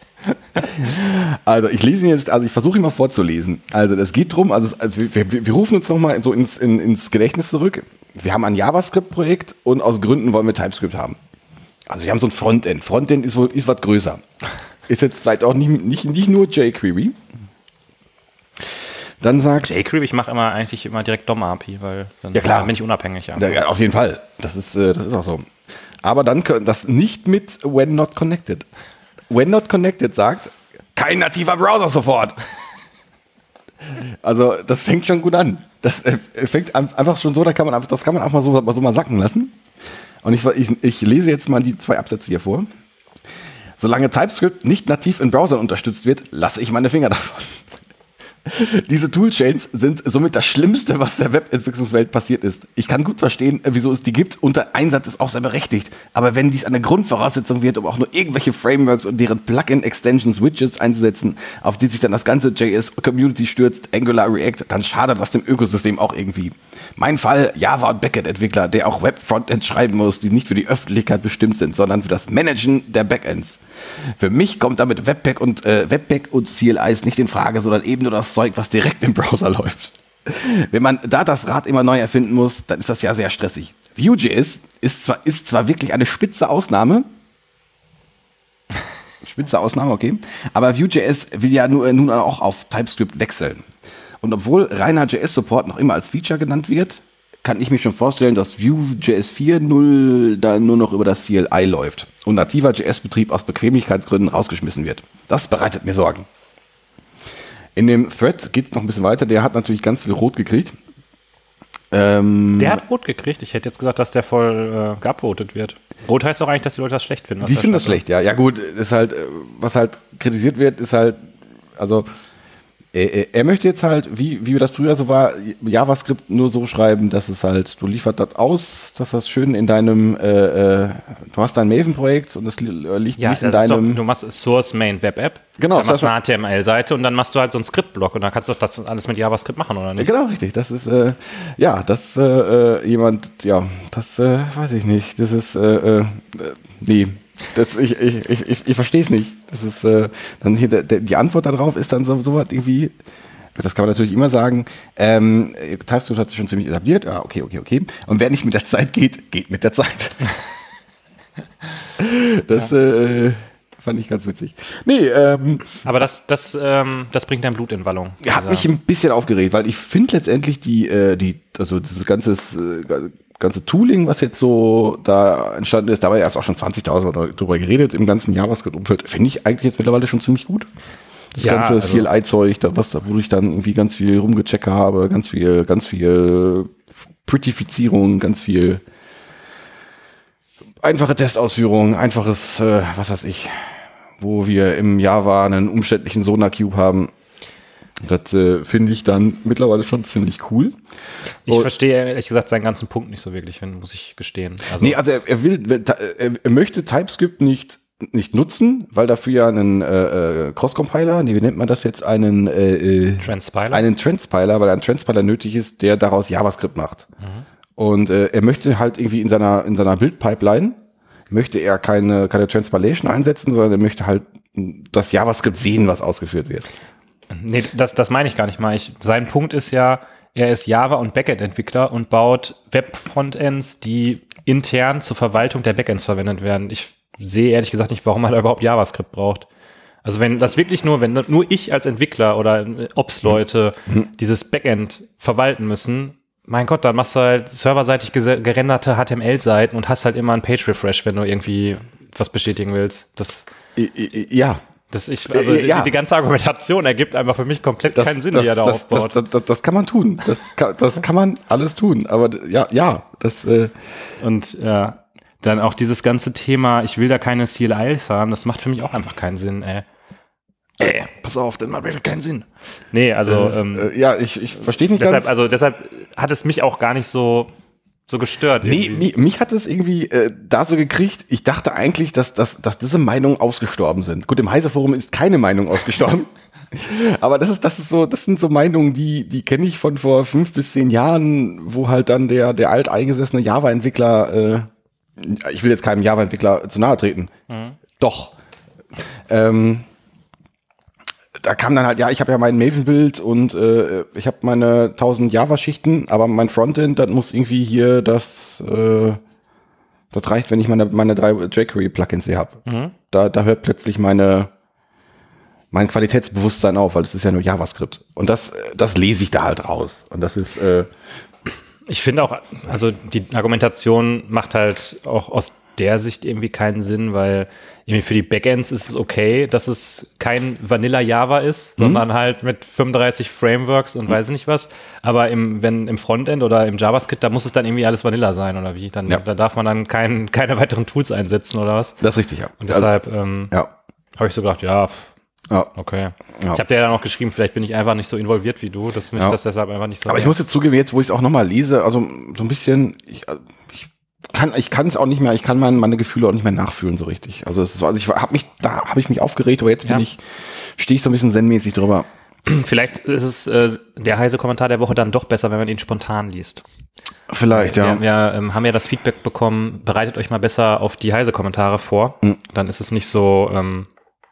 Also ich lese ihn jetzt, also ich versuche ihn mal vorzulesen. Also das geht drum, also, also wir, wir, wir rufen uns nochmal so ins, in, ins Gedächtnis zurück. Wir haben ein JavaScript-Projekt und aus Gründen wollen wir TypeScript haben. Also wir haben so ein Frontend. Frontend ist wohl ist was größer. Ist jetzt vielleicht auch nicht, nicht, nicht nur jQuery. Dann sagt... jQuery, ich mache immer eigentlich immer direkt D O M-A P I, weil dann ja, klar. bin ich unabhängig. Ja. Ja, auf jeden Fall. Das ist, das ist auch so. Aber dann können das nicht mit When Not Connected. When Not Connected sagt, kein nativer Browser-Support. Also das fängt schon gut an. Das fängt einfach schon so, da kann man einfach, das kann man einfach mal so, so mal sacken lassen. Und ich, ich, ich lese jetzt mal die zwei Absätze hier vor. Solange TypeScript nicht nativ in Browsern unterstützt wird, lasse ich meine Finger davon. Diese Toolchains sind somit das Schlimmste, was der Webentwicklungswelt passiert ist. Ich kann gut verstehen, wieso es die gibt und der Einsatz ist auch sehr berechtigt. Aber wenn dies eine Grundvoraussetzung wird, um auch nur irgendwelche Frameworks und deren Plugin-Extensions, Widgets einzusetzen, auf die sich dann das ganze J S-Community stürzt, Angular, React, dann schadet das dem Ökosystem auch irgendwie. Mein Fall, Java- und Backend-Entwickler, der auch Web-Frontends schreiben muss, die nicht für die Öffentlichkeit bestimmt sind, sondern für das Managen der Backends. Für mich kommt damit Webpack und, äh, Webpack und C L Is nicht in Frage, sondern eben nur das Zeug, was direkt im Browser läuft. Wenn man da das Rad immer neu erfinden muss, dann ist das ja sehr stressig. Vue.js ist zwar, ist zwar wirklich eine spitze Ausnahme, spitze Ausnahme, okay, aber Vue.js will ja nur, nun auch auf TypeScript wechseln. Und obwohl reiner J S-Support noch immer als Feature genannt wird, kann ich mir schon vorstellen, dass Vue.js vier Punkt null da nur noch über das C L I läuft und nativer J S-Betrieb aus Bequemlichkeitsgründen rausgeschmissen wird. Das bereitet mir Sorgen. In dem Thread geht es noch ein bisschen weiter. Der hat natürlich ganz viel Rot gekriegt. Ähm, der hat Rot gekriegt. Ich hätte jetzt gesagt, dass der voll äh, geupvotet wird. Rot heißt doch eigentlich, dass die Leute das schlecht finden. Die finden das schlecht, ja. Ja gut, ist halt, was halt kritisiert wird, ist halt, also er möchte jetzt halt, wie, wie das früher so war, JavaScript nur so schreiben, dass es halt, du liefert das aus, dass das schön in deinem, äh, äh, du hast dein Maven-Projekt und es liegt ja, nicht in deinem... Doch, du machst Source Main Web App, genau, dann machst du eine H T M L-Seite und dann machst du halt so einen Skriptblock und dann kannst du das alles mit JavaScript machen, oder nicht? Genau, richtig. Das ist, äh, ja, das, äh, jemand, ja, das, äh, weiß ich nicht, das ist, äh, äh, nee. Das, ich ich, ich, ich, ich verstehe es nicht. Das ist, äh, dann hier, der, die Antwort darauf ist dann so, so was irgendwie, das kann man natürlich immer sagen, ähm, TypeScript hat sich schon ziemlich etabliert, ja, okay, okay, okay. Und wer nicht mit der Zeit geht, geht mit der Zeit. Das ja. äh, fand ich ganz witzig. Nee, ähm, aber das, das, ähm, das bringt dein Blut in Wallung. Hat mich ein bisschen aufgeregt, weil ich finde letztendlich die, äh, die, also dieses ganze äh, ganze Tooling, was jetzt so da entstanden ist, da war ja erst auch schon zwanzigtausend drüber geredet, im ganzen JavaScript-Umfeld, finde ich eigentlich jetzt mittlerweile schon ziemlich gut. Das ja, ganze also C L I-Zeug, da, was, wo ich dann irgendwie ganz viel rumgecheckt habe, ganz viel, ganz viel Prettifizierung, ganz viel einfache Testausführung, einfaches, äh, was weiß ich, wo wir im Java einen umständlichen Sonar-Cube haben. Das äh, finde ich dann mittlerweile schon ziemlich cool. Ich und verstehe ehrlich gesagt seinen ganzen Punkt nicht so wirklich, muss ich gestehen. Also nee, also er, er will, er, er möchte TypeScript nicht nicht nutzen, weil dafür ja einen äh, Cross-Compiler, nee, wie nennt man das jetzt, einen äh, Transpiler, einen Transpiler, weil ein Transpiler nötig ist, der daraus JavaScript macht. Mhm. Und äh, er möchte halt irgendwie in seiner in seiner Build-Pipeline möchte er keine keine Transpilation einsetzen, sondern er möchte halt das JavaScript sehen, was ausgeführt wird. Nee, das, das meine ich gar nicht mal. Ich, sein Punkt ist ja, er ist Java- und Backend-Entwickler und baut Web-Frontends, die intern zur Verwaltung der Backends verwendet werden. Ich sehe ehrlich gesagt nicht, warum er da überhaupt JavaScript braucht. Also wenn das wirklich nur, wenn nur ich als Entwickler oder Ops-Leute mhm. dieses Backend verwalten müssen, mein Gott, dann machst du halt serverseitig gerenderte H T M L-Seiten und hast halt immer einen Page-Refresh, wenn du irgendwie was bestätigen willst. Das, ja. Das ich, also äh, ja. die, die ganze Argumentation ergibt einfach für mich komplett das, keinen Sinn, das, die er da das, aufbaut. Das, das, das, das kann man tun. Das kann, das kann man alles tun. Aber ja, ja, das. Äh Und ja, dann auch dieses ganze Thema, ich will da keine C L Is haben, das macht für mich auch einfach keinen Sinn, ey. Ey, pass auf, das macht wirklich keinen Sinn. Nee, also. Das, ähm, äh, ja, ich, ich verstehe nicht deshalb, ganz. Also deshalb hat es mich auch gar nicht so. so gestört. Nee, mich, mich hat es irgendwie äh, da so gekriegt, ich dachte eigentlich, dass, dass, dass diese Meinungen ausgestorben sind. Gut, im Heise-Forum ist keine Meinung ausgestorben. Aber das ist, das ist so, das sind so Meinungen, die, die kenne ich von vor fünf bis zehn Jahren, wo halt dann der, der alteingesessene Java-Entwickler, äh, ich will jetzt keinem Java-Entwickler zu nahe treten. Mhm. Doch. Ähm, da kam dann halt, ja, ich habe ja mein Maven-Bild und äh, ich habe meine tausend Java-Schichten, aber mein Frontend, das muss irgendwie hier das, äh, das reicht, wenn ich meine, meine drei jQuery-Plugins hier habe. Mhm. Da, da hört plötzlich meine, mein Qualitätsbewusstsein auf, weil es ist ja nur JavaScript. Und das, das lese ich da halt raus. Und das ist, äh, ich finde auch, also die Argumentation macht halt auch aus der Sicht irgendwie keinen Sinn, weil irgendwie für die Backends ist es okay, dass es kein Vanilla Java ist, mhm. sondern halt mit fünfunddreißig Frameworks und mhm. weiß nicht was. Aber im, wenn im Frontend oder im JavaScript, da muss es dann irgendwie alles Vanilla sein oder wie? Dann, ja. Da darf man dann kein, keine weiteren Tools einsetzen oder was? Das ist richtig, ja. Und deshalb also, ähm, ja. habe ich so gedacht, ja, Ja. Okay. Ja. Ich habe dir ja dann auch geschrieben, vielleicht bin ich einfach nicht so involviert wie du, dass mich Ja. das deshalb einfach nicht so... Aber ich muss jetzt zugeben, jetzt wo ich es auch nochmal lese, also so ein bisschen, ich, ich kann ich kann es auch nicht mehr, ich kann meine, meine Gefühle auch nicht mehr nachfühlen so richtig. Also es ist so, also ich habe mich, da habe ich mich aufgeregt, aber jetzt bin Ja. ich, stehe ich so ein bisschen zen-mäßig drüber. Vielleicht ist es äh, der heiße Kommentar der Woche dann doch besser, wenn man ihn spontan liest. Vielleicht, ja. Wir, wir ähm, haben ja das Feedback bekommen, bereitet euch mal besser auf die heiße Kommentare vor. Mhm. Dann ist es nicht so ähm,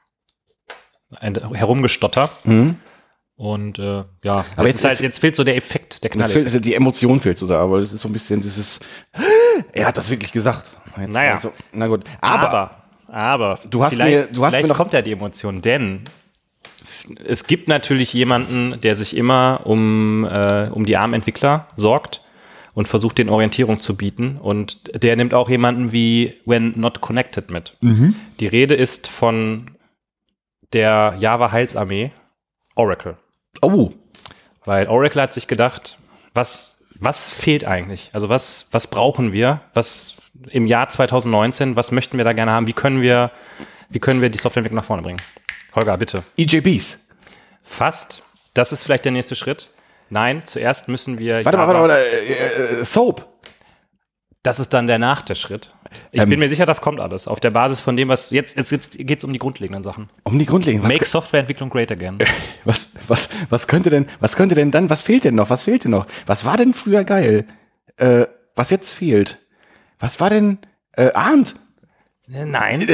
ein Herumgestotter. Mhm. Und äh, ja, Aber jetzt, jetzt- ist halt, jetzt fehlt so der Effekt, der Das Knalleffekt. fehlt, die Emotion fehlt so da, weil es ist so ein bisschen dieses, er hat das wirklich gesagt. Jetzt Naja. also, na gut. Aber, aber, aber Du hast vielleicht, mir- du hast vielleicht mir noch- kommt ja die Emotion, denn es gibt natürlich jemanden, der sich immer um, äh, um die armen Entwickler sorgt und versucht, den Orientierung zu bieten. Und der nimmt auch jemanden wie When Not Connected mit. Die Rede ist von der Java-Heilsarmee Oracle. oh, Weil Oracle hat sich gedacht, was, was fehlt eigentlich? Also was, was brauchen wir? Was im Jahr zwanzig neunzehn, was möchten wir da gerne haben? Wie können wir, wie können wir die Softwareentwicklung nach vorne bringen? Holger, bitte. E J Bs. Fast. Das ist vielleicht der nächste Schritt. Nein, zuerst müssen wir... Warte mal, Java- warte mal, äh, äh, Soap. Das ist dann der nächste Schritt. Ich Ähm, bin mir sicher, das kommt alles. Auf der Basis von dem, was... Jetzt, jetzt, jetzt geht es um die grundlegenden Sachen. Um die grundlegenden. Was, Make Softwareentwicklung great again. was, was, was könnte denn, was könnte denn dann, was fehlt denn noch? Was fehlt denn noch? Was war denn früher geil? Äh, was jetzt fehlt? Was war denn, äh, Arndt? Nein.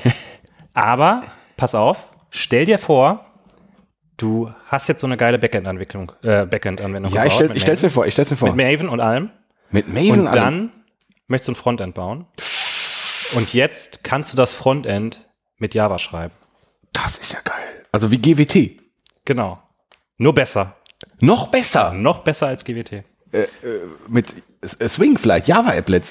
Aber, pass auf, stell dir vor, du hast jetzt so eine geile Backend-Entwicklung, äh, Backend-Anwendung Ja, ich, gebaut stell, mit ich stell's Maven. mir vor, ich stell's mir vor. Mit Maven und allem. Mit Maven Und allem. dann möchtest du ein Frontend bauen. Und jetzt kannst du das Frontend mit Java schreiben. Das ist ja geil. Also wie G W T. Genau. Nur besser. Noch besser. Noch besser als G W T. Mit äh, Swing vielleicht, Java-Applets.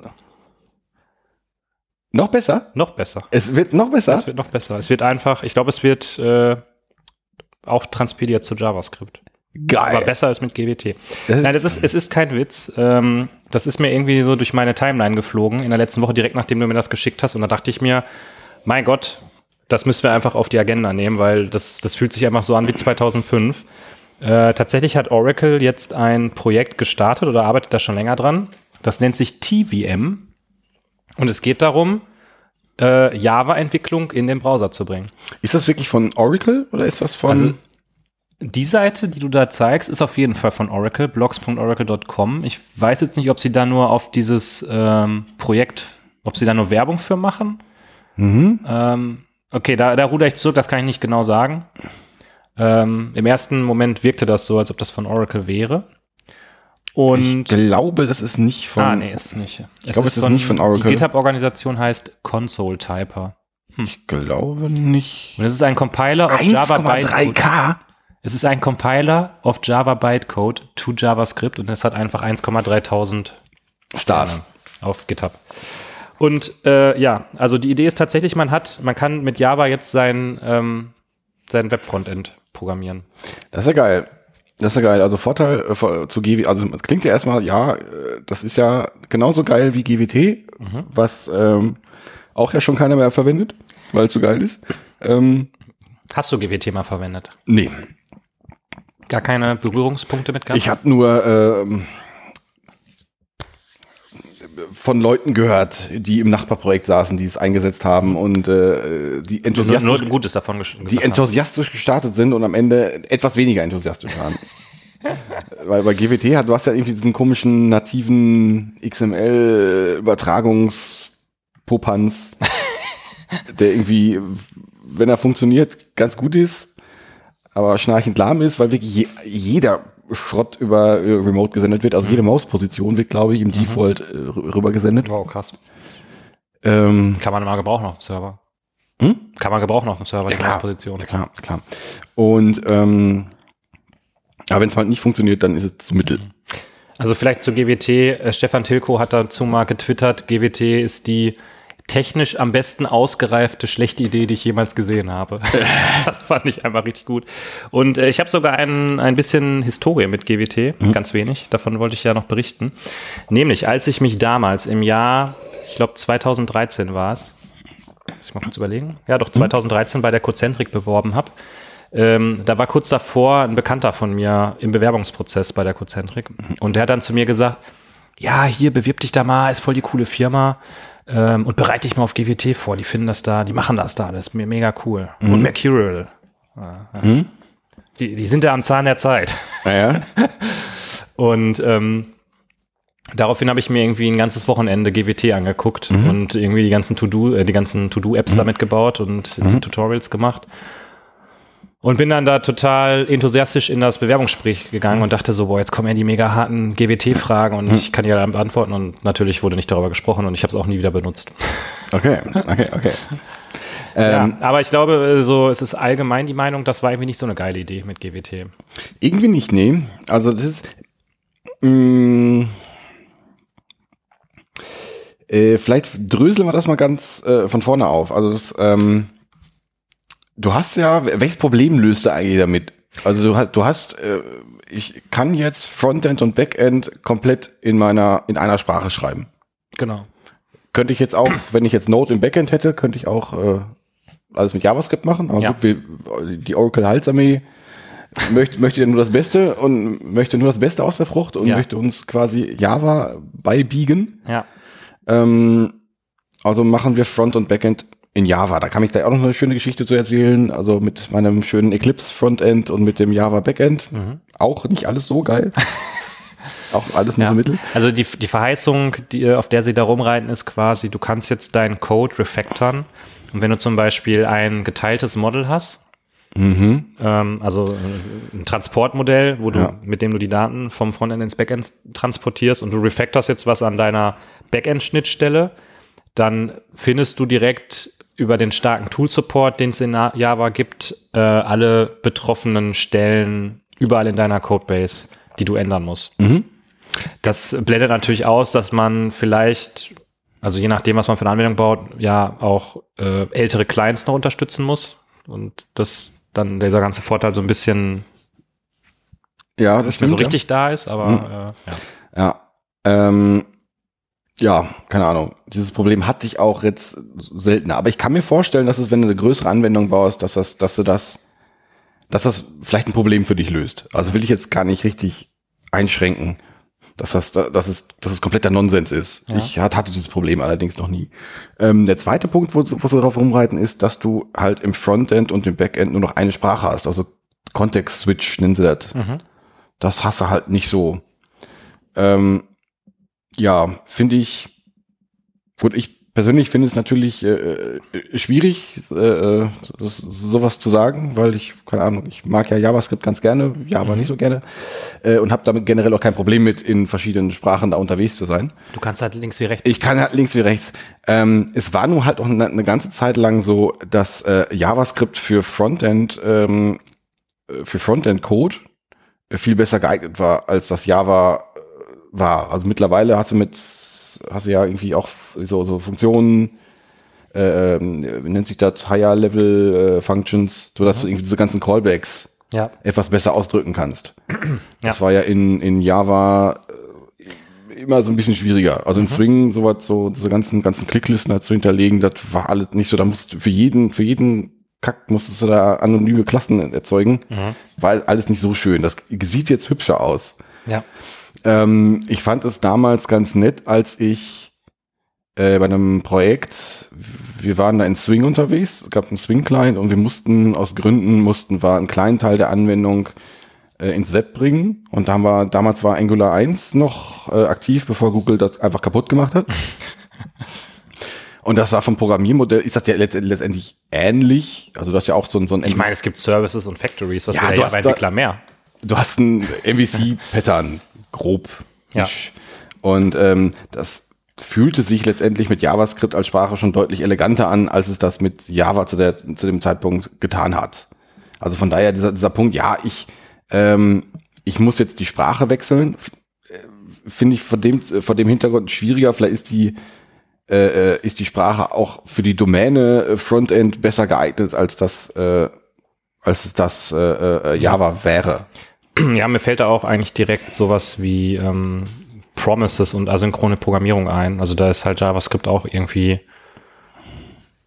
Noch besser? Noch besser. Es wird noch besser? Es wird noch besser. Es wird einfach, ich glaube, es wird äh, auch transpiliert zu JavaScript. Geil. Aber besser als mit G W T. Das ist- Nein, das ist, es ist kein Witz. Ähm, das ist mir irgendwie so durch meine Timeline geflogen in der letzten Woche, direkt nachdem du mir das geschickt hast. Und da dachte ich mir, mein Gott, das müssen wir einfach auf die Agenda nehmen, weil das, das fühlt sich einfach so an wie zweitausendfünf. Äh, tatsächlich hat Oracle jetzt ein Projekt gestartet oder arbeitet da schon länger dran. Das nennt sich T V M. Und es geht darum, äh, Java-Entwicklung in den Browser zu bringen. Ist das wirklich von Oracle oder ist das von... Also, die Seite, die du da zeigst, ist auf jeden Fall von Oracle, blogs punkt oracle punkt com. Ich weiß jetzt nicht, ob sie da nur auf dieses ähm, Projekt, ob sie da nur Werbung für machen. mhm. Ähm, okay, da, da ruder ich zurück, das kann ich nicht genau sagen. Ähm, Im ersten Moment wirkte das so, als ob das von Oracle wäre. Und Ich glaube, das ist nicht von... ah, nee, ist es nicht. Ich glaube, es ist nicht von Oracle. Die GitHub-Organisation heißt Console Typer. Ich glaube nicht. Und es ist ein Compiler auf Java eins Komma drei Bytecode. K? Es ist ein Compiler of Java Bytecode to JavaScript und es hat einfach eins Komma dreitausend Stars. auf GitHub. Und äh, ja, also die Idee ist tatsächlich, man hat, man kann mit Java jetzt sein, ähm, sein Webfrontend programmieren. Das ist ja geil. Das ist ja geil. Also Vorteil äh, vor- zu G W T, also es klingt ja erstmal, ja, äh, das ist ja genauso geil wie G W T, Mhm. was ähm, auch ja schon keiner mehr verwendet, weil es so geil ist. Ähm, Hast du G W T mal verwendet? nee. Gar keine Berührungspunkte mit gehabt? Ich habe nur ähm, von Leuten gehört, die im Nachbarprojekt saßen, die es eingesetzt haben und äh, die nur, enthusiastisch, nur Gutes davon gesch- die gesagt haben. enthusiastisch gestartet sind und am Ende etwas weniger enthusiastisch waren. Weil bei G W T hat, du hast ja irgendwie diesen komischen nativen X M L-Übertragungspopanz, der irgendwie, wenn er funktioniert, ganz gut ist, aber schnarchend lahm ist, weil wirklich je, jeder Schrott über äh, Remote gesendet wird. Also Mhm. jede Mausposition wird, glaube ich, im Default äh, rüber gesendet. Wow, krass. Ähm, Kann man mal gebrauchen auf dem Server. Hm? Kann man gebrauchen auf dem Server, die klar. Mausposition. Ja, klar, klar. Und ähm, aber wenn es mal nicht funktioniert, dann ist es Mittel. Also vielleicht zu G W T. Äh, Stefan Tilko hat dazu mal getwittert, G W T ist die technisch am besten ausgereifte schlechte Idee, die ich jemals gesehen habe. Das fand ich einfach richtig gut. Und äh, ich habe sogar ein, ein bisschen Historie mit G W T, Mhm. ganz wenig. Davon wollte ich ja noch berichten. Nämlich, als ich mich damals im Jahr, ich glaube zweitausenddreizehn war es, muss ich mal kurz überlegen, ja doch zwanzig dreizehn bei der Cocentric beworben habe. Ähm, da war kurz davor ein Bekannter von mir im Bewerbungsprozess bei der Cocentric und der hat dann zu mir gesagt, ja, hier, bewirb dich da mal, ist voll die coole Firma ähm, und bereite dich mal auf G W T vor, die finden das da, die machen das da, das ist mir mega cool. Mhm. Und Mercurial. Ja, das, mhm. die, die sind da am Zahn der Zeit. Ja, ja. Und ähm, daraufhin habe ich mir irgendwie ein ganzes Wochenende G W T angeguckt mhm. und irgendwie die ganzen To-Do, äh, die ganzen To-Do-Apps mhm. damit gebaut und mhm. Tutorials gemacht. Und bin dann da total enthusiastisch in das Bewerbungsgespräch gegangen und dachte so, boah, jetzt kommen ja die mega harten G W T-Fragen und ich kann die ja beantworten und natürlich wurde nicht darüber gesprochen und ich habe es auch nie wieder benutzt. Okay, okay, okay. Ja, ähm, aber ich glaube, so, es ist allgemein die Meinung, das war irgendwie nicht so eine geile Idee mit G W T. Irgendwie nicht, nee. Also das ist mh, äh, vielleicht dröseln wir das mal ganz äh, von vorne auf. Also das, ähm, du hast ja, welches Problem löst du eigentlich damit? Also du hast, du hast, äh, ich kann jetzt Frontend und Backend komplett in meiner, in einer Sprache schreiben. Genau. Könnte ich jetzt auch, wenn ich jetzt Node im Backend hätte, könnte ich auch äh, alles mit JavaScript machen. Aber ja. gut, wir, die Oracle-Halsarmee möchte, möchte nur das Beste und möchte nur das Beste aus der Frucht und ja. möchte uns quasi Java beibiegen. Ja. Ähm, also machen wir Front und Backend in Java. Da kann ich gleich auch noch eine schöne Geschichte zu erzählen. Also mit meinem schönen Eclipse Frontend und mit dem Java Backend. Mhm. Auch nicht alles so geil. Auch alles nur ja. so mittel. Also die, die Verheißung, die, auf der sie da rumreiten, ist quasi, du kannst jetzt deinen Code refactoren. Und wenn du zum Beispiel ein geteiltes Model hast, mhm. ähm, also ein Transportmodell, wo du, ja. mit dem du die Daten vom Frontend ins Backend transportierst und du refactorst jetzt was an deiner Backend-Schnittstelle, dann findest du direkt über den starken Tool-Support, den es in Java gibt, äh, alle betroffenen Stellen überall in deiner Codebase, die du ändern musst. Mhm. Das blendet natürlich aus, dass man vielleicht, also je nachdem, was man für eine Anwendung baut, ja auch äh, ältere Clients noch unterstützen muss und dass dann dieser ganze Vorteil so ein bisschen ja, das nicht stimmt, mehr so richtig ja. da ist, aber mhm. äh, ja. Ja, ähm, ja, keine Ahnung. Dieses Problem hatte ich auch jetzt seltener. Aber ich kann mir vorstellen, dass es, wenn du eine größere Anwendung baust, dass das, dass du das, dass das vielleicht ein Problem für dich löst. Also will ich jetzt gar nicht richtig einschränken, dass das, dass es, dass es kompletter Nonsens ist. Ja. Ich hatte dieses Problem allerdings noch nie. Ähm, der zweite Punkt, wo, wo sie darauf rumreiten, ist, dass du halt im Frontend und im Backend nur noch eine Sprache hast. Also Context-Switch nennen sie das. Mhm. Das hast du halt nicht so. Ähm, Ja, finde ich, gut, ich persönlich finde es natürlich äh, schwierig, äh, das, sowas zu sagen, weil ich, keine Ahnung, ich mag ja JavaScript ganz gerne, Java mhm. nicht so gerne äh, und habe damit generell auch kein Problem mit, in verschiedenen Sprachen da unterwegs zu sein. Du kannst halt links wie rechts. Ich kann halt links wie rechts. Ähm, es war nun halt auch eine, eine ganze Zeit lang so, dass äh, JavaScript für Frontend, ähm, für Frontend-Code viel besser geeignet war, als das Java war. Also mittlerweile hast du mit, hast du ja irgendwie auch so, so Funktionen, äh, wie nennt sich das, Higher Level äh, Functions, so dass mhm. du irgendwie diese ganzen Callbacks ja. etwas besser ausdrücken kannst. Ja. Das war ja in, in Java äh, immer so ein bisschen schwieriger. Also in mhm. Swing sowas, so diese ganzen, ganzen Klicklisten halt zu hinterlegen, das war alles nicht so, da musst du für jeden, für jeden Kack musstest du da anonyme Klassen erzeugen. Mhm. War alles nicht so schön. Das sieht jetzt hübscher aus. Ja. Ähm, ich fand es damals ganz nett, als ich äh, bei einem Projekt, wir waren da in Swing unterwegs, es gab einen Swing-Client und wir mussten, aus Gründen mussten wir einen kleinen Teil der Anwendung äh, ins Web bringen und da haben wir, damals war Angular eins noch äh, aktiv, bevor Google das einfach kaputt gemacht hat. Und das war vom Programmiermodell, ist das ja letztendlich ähnlich, also das ist ja auch so ein... So ein ich meine, es gibt Services und Factories, was ja, wir ja bei Entwickler mehr. Du hast ein M V C-Pattern, grob. Ja. Und ähm, das fühlte sich letztendlich mit JavaScript als Sprache schon deutlich eleganter an, als es das mit Java zu, der, zu dem Zeitpunkt getan hat. Also von daher dieser, dieser Punkt, ja, ich, ähm, ich muss jetzt die Sprache wechseln, finde ich vor dem, vor dem Hintergrund schwieriger. Vielleicht ist die, äh, ist die Sprache auch für die Domäne Frontend besser geeignet, als das, äh, als das äh, Java wäre. Ja, mir fällt da auch eigentlich direkt sowas wie ähm, Promises und asynchrone Programmierung ein. Also da ist halt JavaScript auch irgendwie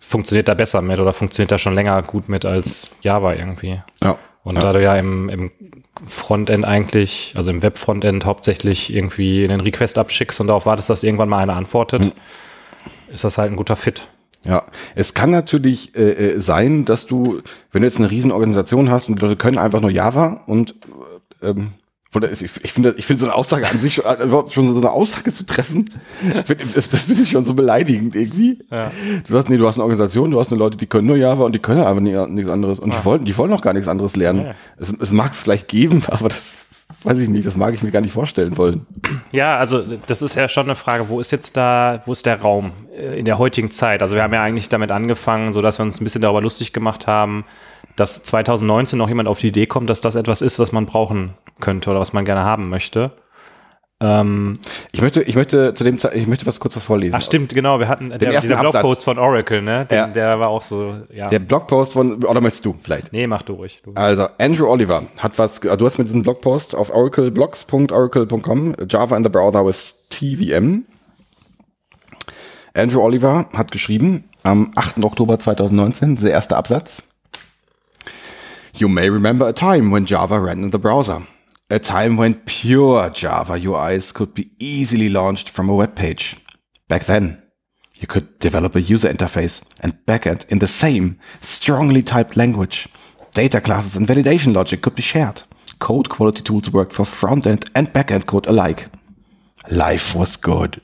funktioniert da besser mit oder funktioniert da schon länger gut mit als Java irgendwie. Ja. Und ja. da du ja im, im Frontend eigentlich, also im Web-Frontend hauptsächlich irgendwie einen Request abschickst und darauf wartest, dass irgendwann mal einer antwortet, mhm. ist das halt ein guter Fit. Ja, es kann natürlich äh, sein, dass du, wenn du jetzt eine riesen Organisation hast und die Leute können einfach nur Java und ähm, ich, ich finde ich finde so eine Aussage an sich, überhaupt schon so eine Aussage zu treffen, das, das finde ich schon so beleidigend irgendwie. Ja. Du sagst, nee, du hast eine Organisation, du hast eine Leute, die können nur Java und die können einfach nichts anderes und ja. die wollen die wollen auch gar nichts anderes lernen. Ja. Es, es mag es vielleicht geben, aber das weiß ich nicht, das mag ich mir gar nicht vorstellen wollen. Ja, also das ist ja schon eine Frage, wo ist jetzt da, wo ist der Raum in der heutigen Zeit? Also wir haben ja eigentlich damit angefangen, so dass wir uns ein bisschen darüber lustig gemacht haben, dass zwanzig neunzehn noch jemand auf die Idee kommt, dass das etwas ist, was man brauchen könnte oder was man gerne haben möchte. Ähm, ich möchte, ich möchte zu dem Zeit, ich möchte was kurz was vorlesen. Ach stimmt, genau, wir hatten der, dieser Blogpost von Oracle, ne? Den, ja. Der war auch so, ja. Der Blogpost von, oder möchtest du vielleicht? Nee, mach du ruhig. Du. Also, Andrew Oliver hat was, du hast mit diesem Blogpost auf oracle blogs punkt oracle punkt com, Java in the Browser with T V M. Andrew Oliver hat geschrieben, am achten Oktober zweitausendneunzehn, der erste Absatz. You may remember a time when Java ran in the browser. A time when pure Java U Is could be easily launched from a web page. Back then, you could develop a user interface and backend in the same strongly typed language. Data classes and validation logic could be shared. Code quality tools worked for front-end and back-end code alike. Life was good.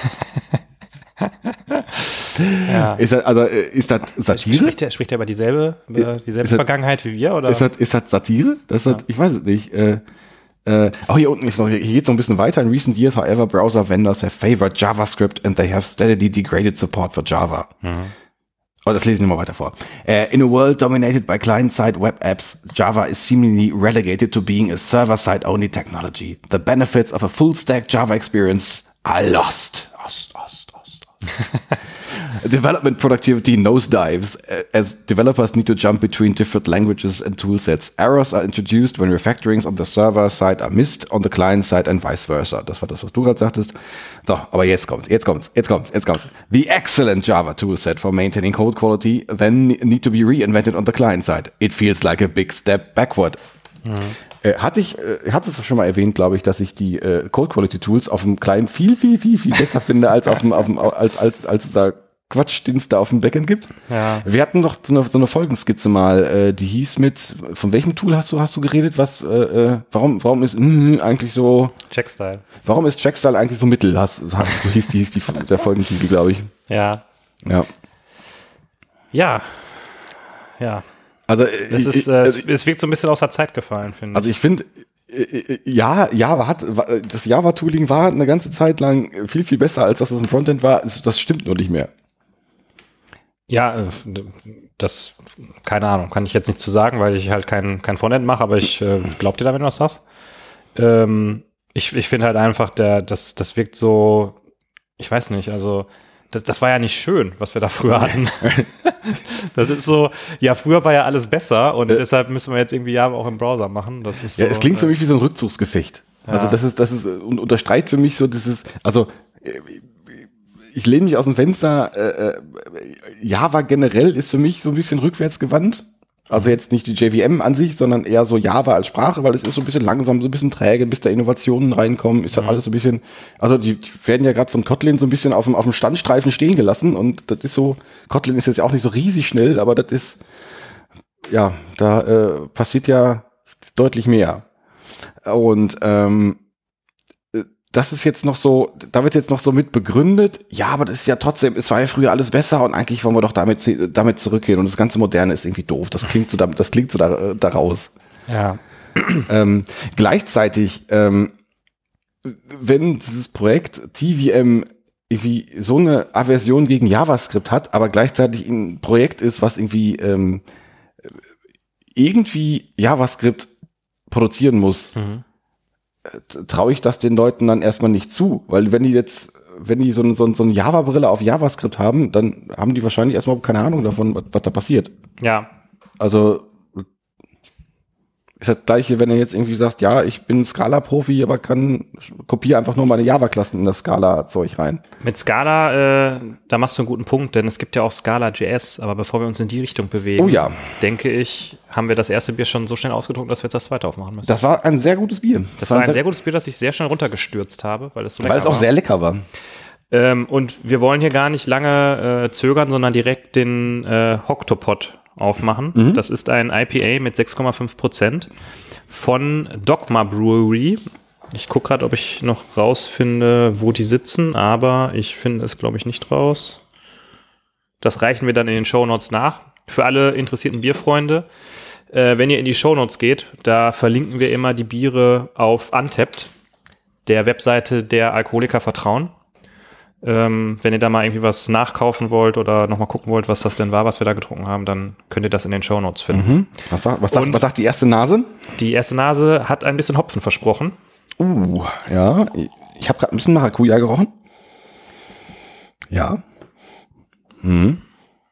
Ja. Ist das, also, ist das Satire? Spricht er, spricht er über dieselbe, über dieselbe das, Vergangenheit wie wir? Oder? Ist das, ist das Satire? Das ist, ja. Ich weiß es nicht. Äh, äh, oh, hier unten ist noch, hier geht es noch ein bisschen weiter. In recent years, however, browser vendors have favored JavaScript and they have steadily degraded support for Java. Mhm. Oh, das lese ich nochmal weiter vor. Uh, in a world dominated by client-side web apps, Java is seemingly relegated to being a server-side only technology. The benefits of a full-stack Java experience are lost. Ost, Ost, Ost, Ost. Development productivity nosedives as developers need to jump between different languages and toolsets. Errors are introduced when refactorings on the server side are missed on the client side and vice versa. Das war das, was du gerade sagtest. So, aber jetzt kommt, jetzt kommt's, jetzt kommt's, jetzt kommt's. The excellent Java toolset for maintaining code quality then need to be reinvented on the client side. It feels like a big step backward. Mhm. Äh, hatte ich, äh, hatte es schon mal erwähnt, glaube ich, dass ich die äh, Code Quality Tools auf dem Client viel, viel, viel, viel besser finde als auf dem, auf dem, als, als, als da Quatsch, den es da auf dem Backend gibt. Ja. Wir hatten doch so eine, so eine Folgenskizze mal, äh, die hieß mit, von welchem Tool hast du, hast du geredet? Was, äh, warum, warum ist mh, eigentlich so Checkstyle. Warum ist Checkstyle eigentlich so mittel? Hast, so hieß, die, hieß die, der Folgentitel, glaube ich. Ja. Ja. Ja. Ja. Also, das ist, äh, also, es wirkt so ein bisschen aus der Zeit gefallen, finde ich. Also ich finde, ja, Java hat, das Java-Tooling war eine ganze Zeit lang viel, viel besser, als dass es im Frontend war. Das stimmt nur nicht mehr. Ja, das, keine Ahnung, kann ich jetzt nicht zu sagen, weil ich halt kein, kein Frontend mache, aber ich äh, glaub dir da, wenn du was sagst. Ähm, ich ich finde halt einfach, der, das, das wirkt so, ich weiß nicht, also das, das war ja nicht schön, was wir da früher hatten. Das ist so, ja, früher war ja alles besser und äh, deshalb müssen wir jetzt irgendwie Java auch im Browser machen. Das ist so, ja, es klingt für mich wie so ein Rückzugsgefecht. Ja. Also das ist, das ist, und unterstreicht für mich so dieses, also ich lehne mich aus dem Fenster, äh, Java generell ist für mich so ein bisschen rückwärtsgewandt. Also jetzt nicht die J V M an sich, sondern eher so Java als Sprache, weil es ist so ein bisschen langsam, so ein bisschen träge, bis da Innovationen reinkommen, ist halt mhm. alles so ein bisschen, also die, die werden ja gerade von Kotlin so ein bisschen auf dem, auf dem Standstreifen stehen gelassen und das ist so, Kotlin ist jetzt auch nicht so riesig schnell, aber das ist, ja, da äh, passiert ja deutlich mehr. Und ähm, das ist jetzt noch so, da wird jetzt noch so mit begründet, ja, aber das ist ja trotzdem, es war ja früher alles besser und eigentlich wollen wir doch damit, damit zurückgehen und das ganze Moderne ist irgendwie doof. Das klingt so, das klingt so da, daraus. Ja. Ähm, gleichzeitig, ähm, wenn dieses Projekt T V M irgendwie so eine Aversion gegen JavaScript hat, aber gleichzeitig ein Projekt ist, was irgendwie, ähm, irgendwie JavaScript produzieren muss, mhm. traue ich das den Leuten dann erstmal nicht zu, weil wenn die jetzt, wenn die so, so, so eine Java-Brille auf JavaScript haben, dann haben die wahrscheinlich erstmal keine Ahnung davon, was, was da passiert. Ja. Also ist das gleiche, wenn er jetzt irgendwie sagt, ja, ich bin Scala-Profi, aber kann kopiere einfach nur meine Java-Klassen in das Scala-Zeug rein. Mit Scala, äh, da machst du einen guten Punkt, denn es gibt ja auch Scala.js, aber bevor wir uns in die Richtung bewegen, Oh ja. denke ich, haben wir das erste Bier schon so schnell ausgetrunken, dass wir jetzt das zweite aufmachen müssen. Das war ein sehr gutes Bier. Das war ein sehr gutes Bier, das ich sehr schnell runtergestürzt habe, weil es so lecker Weil es auch war. sehr lecker war. Ähm, und wir wollen hier gar nicht lange äh, zögern, sondern direkt den äh, Hoctopod aufmachen. Mhm. Das ist ein I P A mit sechs Komma fünf Prozent von Dogma Brewery. Ich gucke gerade, ob ich noch rausfinde, wo die sitzen, aber ich finde es, glaube ich, nicht raus. Das reichen wir dann in den Shownotes nach. Für alle interessierten Bierfreunde, äh, wenn ihr in die Shownotes geht, da verlinken wir immer die Biere auf Untappd, der Webseite der Alkoholiker vertrauen. Ähm, wenn ihr da mal irgendwie was nachkaufen wollt oder nochmal gucken wollt, was das denn war, was wir da getrunken haben, dann könnt ihr das in den Shownotes finden. Mhm. Was, sagt, was, sagt, was sagt die erste Nase? Die erste Nase hat ein bisschen Hopfen versprochen. Uh, ja. Ich habe gerade ein bisschen Maracuja gerochen. Ja. Mhm.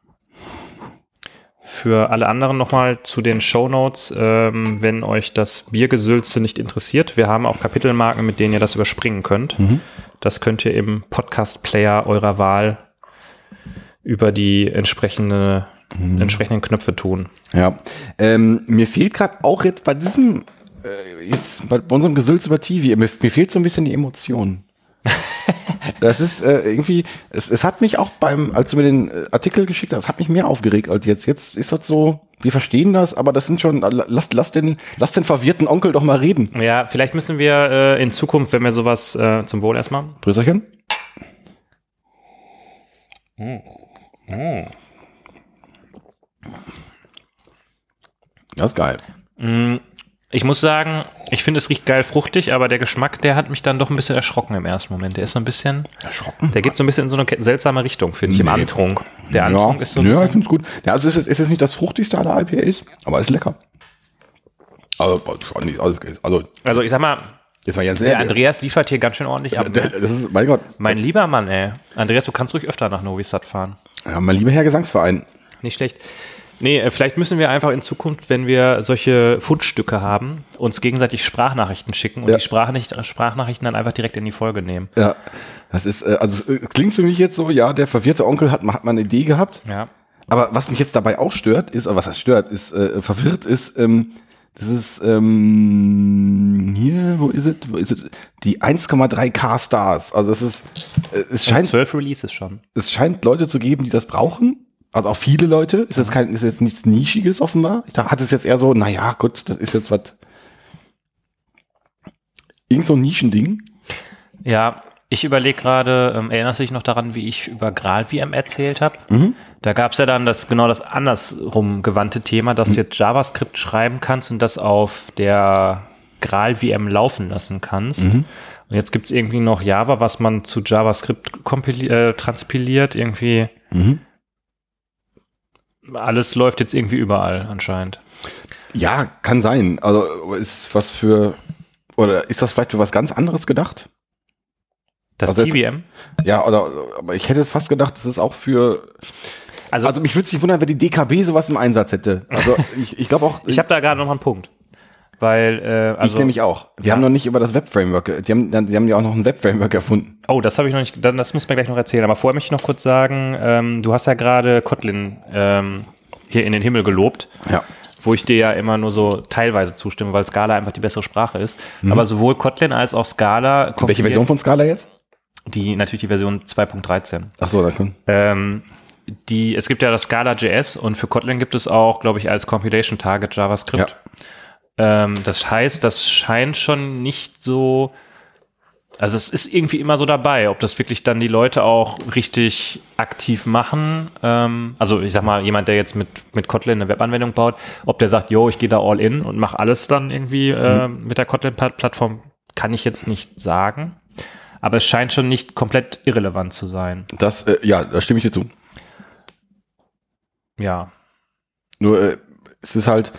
Für alle anderen nochmal zu den Shownotes, ähm, wenn euch das Biergesülze nicht interessiert. Wir haben auch Kapitelmarken, mit denen ihr das überspringen könnt. Mhm. Das könnt ihr im Podcast-Player eurer Wahl über die entsprechende, mhm. entsprechenden Knöpfe tun. Ja, ähm, mir fehlt gerade auch jetzt bei diesem, äh, jetzt bei, bei unserem Gesülz über T V, mir, mir fehlt so ein bisschen die Emotion. Das ist äh, irgendwie, es, es hat mich auch beim, als du mir den Artikel geschickt hast, es hat mich mehr aufgeregt als jetzt. Jetzt ist das so, wir verstehen das, aber das sind schon, lass, lass, den, lass den verwirrten Onkel doch mal reden. Ja, vielleicht müssen wir äh, in Zukunft, wenn wir sowas, äh, zum Wohl erstmal. Prösterchen. Mm. Mm. Das ist geil. Mm. Ich muss sagen, ich finde, es riecht geil fruchtig, aber der Geschmack, der hat mich dann doch ein bisschen erschrocken im ersten Moment. Der ist so ein bisschen, erschrocken? Der geht so ein bisschen in so eine seltsame Richtung, finde ich, im Nee. Antrunk. Der Antrunk ja, ist so ein ja, bisschen, ich finde es gut. Ja, also es ist, es ist nicht das fruchtigste aller I P As, aber es ist lecker. Also, schon nicht, also, also, also ich sag mal, das war ja sehr, der Andreas liefert hier ganz schön ordentlich ab. Der, das ist, mein Gott. Mein lieber Mann, ey. Andreas, du kannst ruhig öfter nach Novi Sad fahren. Ja, mein lieber Herr Gesangsverein. Nicht schlecht. Nee, vielleicht müssen wir einfach in Zukunft, wenn wir solche Fundstücke haben, uns gegenseitig Sprachnachrichten schicken und Ja. die Sprachnach- Sprachnachrichten dann einfach direkt in die Folge nehmen. Ja, das ist, äh, also es klingt für mich jetzt so, ja, der verwirrte Onkel hat, hat mal eine Idee gehabt. Ja. Aber was mich jetzt dabei auch stört, ist, oder was das stört, ist, äh, verwirrt ist, ähm, das ist, ähm, hier, wo ist es, wo ist es, die eins Komma drei K Stars. Also es ist, äh, es scheint, Zwölf Releases schon. es scheint Leute zu geben, die das brauchen. Also auch viele Leute. Ist jetzt kein, ist jetzt nichts Nischiges offenbar. Ich dachte, hat es jetzt eher so, naja, gut, das ist jetzt was, irgend so ein Nischending. Ja, ich überlege gerade, ähm, erinnerst du dich noch daran, wie ich über Gral-V M erzählt habe? Mhm. Da gab es ja dann das genau das andersrum gewandte Thema, dass mhm. du jetzt JavaScript schreiben kannst und das auf der Gral-V M laufen lassen kannst. Mhm. Und jetzt gibt es irgendwie noch Java, was man zu JavaScript kompili- äh, transpiliert. Irgendwie Mhm. alles läuft jetzt irgendwie überall anscheinend. Ja, kann sein. Also ist was für, oder ist das vielleicht für was ganz anderes gedacht? Das Also T V M? Ja, oder, aber ich hätte jetzt fast gedacht, das ist auch für, Also, also mich würde es nicht wundern, wenn die D K B sowas im Einsatz hätte. Also ich, ich glaube auch. ich habe da gerade noch mal einen Punkt. Weil, äh, also. Ich nämlich auch. Wir Ja. haben noch nicht über das Web-Framework, die haben, die haben ja auch noch ein Web-Framework erfunden. Oh, das habe ich noch nicht, dann- das muss man gleich noch erzählen. Aber vorher möchte ich noch kurz sagen, ähm, du hast ja gerade Kotlin ähm, hier in den Himmel gelobt. Ja. Wo ich dir ja immer nur so teilweise zustimme, weil Scala einfach die bessere Sprache ist. Mhm. Aber sowohl Kotlin als auch Scala. Welche Version von Scala jetzt? Die, natürlich die Version zwei Punkt dreizehn. Ach so, da können. Ähm, die, es gibt ja das Scala.js und für Kotlin gibt es auch, glaube ich, als Compilation Target JavaScript. Ja. Ähm, das heißt, das scheint schon nicht so, also es ist irgendwie immer so dabei, ob das wirklich dann die Leute auch richtig aktiv machen. Ähm, also ich sag mal, jemand, der jetzt mit, mit Kotlin eine Webanwendung baut, ob der sagt, yo, ich gehe da all in und mache alles dann irgendwie äh, mhm. mit der Kotlin-Plattform, kann ich jetzt nicht sagen. Aber es scheint schon nicht komplett irrelevant zu sein. Das, äh, ja, da stimme ich dir zu. Ja. Nur, äh, es ist halt,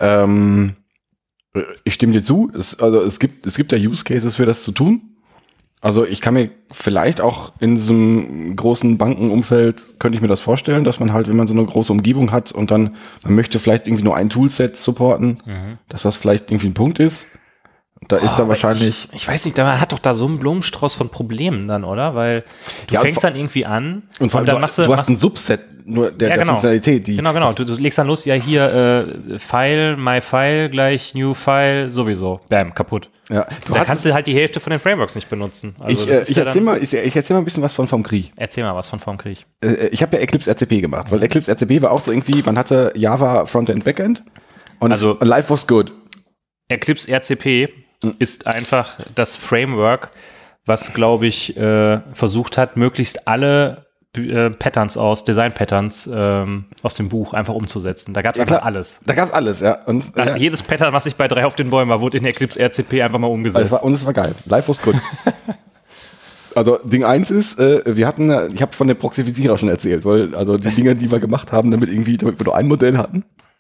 ähm, ich stimme dir zu, es, also es gibt, es gibt ja Use Cases für das zu tun. Also ich kann mir vielleicht auch in diesem großen Bankenumfeld, könnte ich mir das vorstellen, dass man halt, wenn man so eine große Umgebung hat und dann, man möchte vielleicht irgendwie nur ein Toolset supporten, mhm. dass das vielleicht irgendwie ein Punkt ist. Da ist oh, da wahrscheinlich... Ich, ich weiß nicht, man hat doch da so einen Blumenstrauß von Problemen dann, oder? Weil du ja, fängst dann irgendwie an und, vor allem und dann du, machst du... Du hast ein Subset nur der, ja, der genau. Funktionalität. Die genau, genau. Du, du legst dann los, ja hier äh, File, my File gleich New File, sowieso. Bam, kaputt. Ja, du da kannst du halt die Hälfte von den Frameworks nicht benutzen. Also ich äh, ich ja erzähl mal, ich, ich erzähl mal ein bisschen was von Vormkrieg. Erzähl mal was von Vormkrieg. Äh, ich habe ja Eclipse R C P gemacht, weil Eclipse R C P war auch so irgendwie, man hatte Java Frontend, Backend und also, life was good. Eclipse R C P ist einfach das Framework, was, glaube ich, äh, versucht hat, möglichst alle äh, Patterns aus, Design-Patterns ähm, aus dem Buch einfach umzusetzen. Da gab es ja, einfach alles. Da gab es alles, ja. Und, da, ja. Jedes Pattern, was ich bei drei auf den Bäumen war, wurde in Eclipse R C P einfach mal umgesetzt. Also es war, und es war geil. Life was good. Also Ding eins ist, äh, wir hatten, ich habe von der Proxifizierer schon erzählt, weil also die Dinge, die wir gemacht haben, damit irgendwie, damit wir nur ein Modell hatten,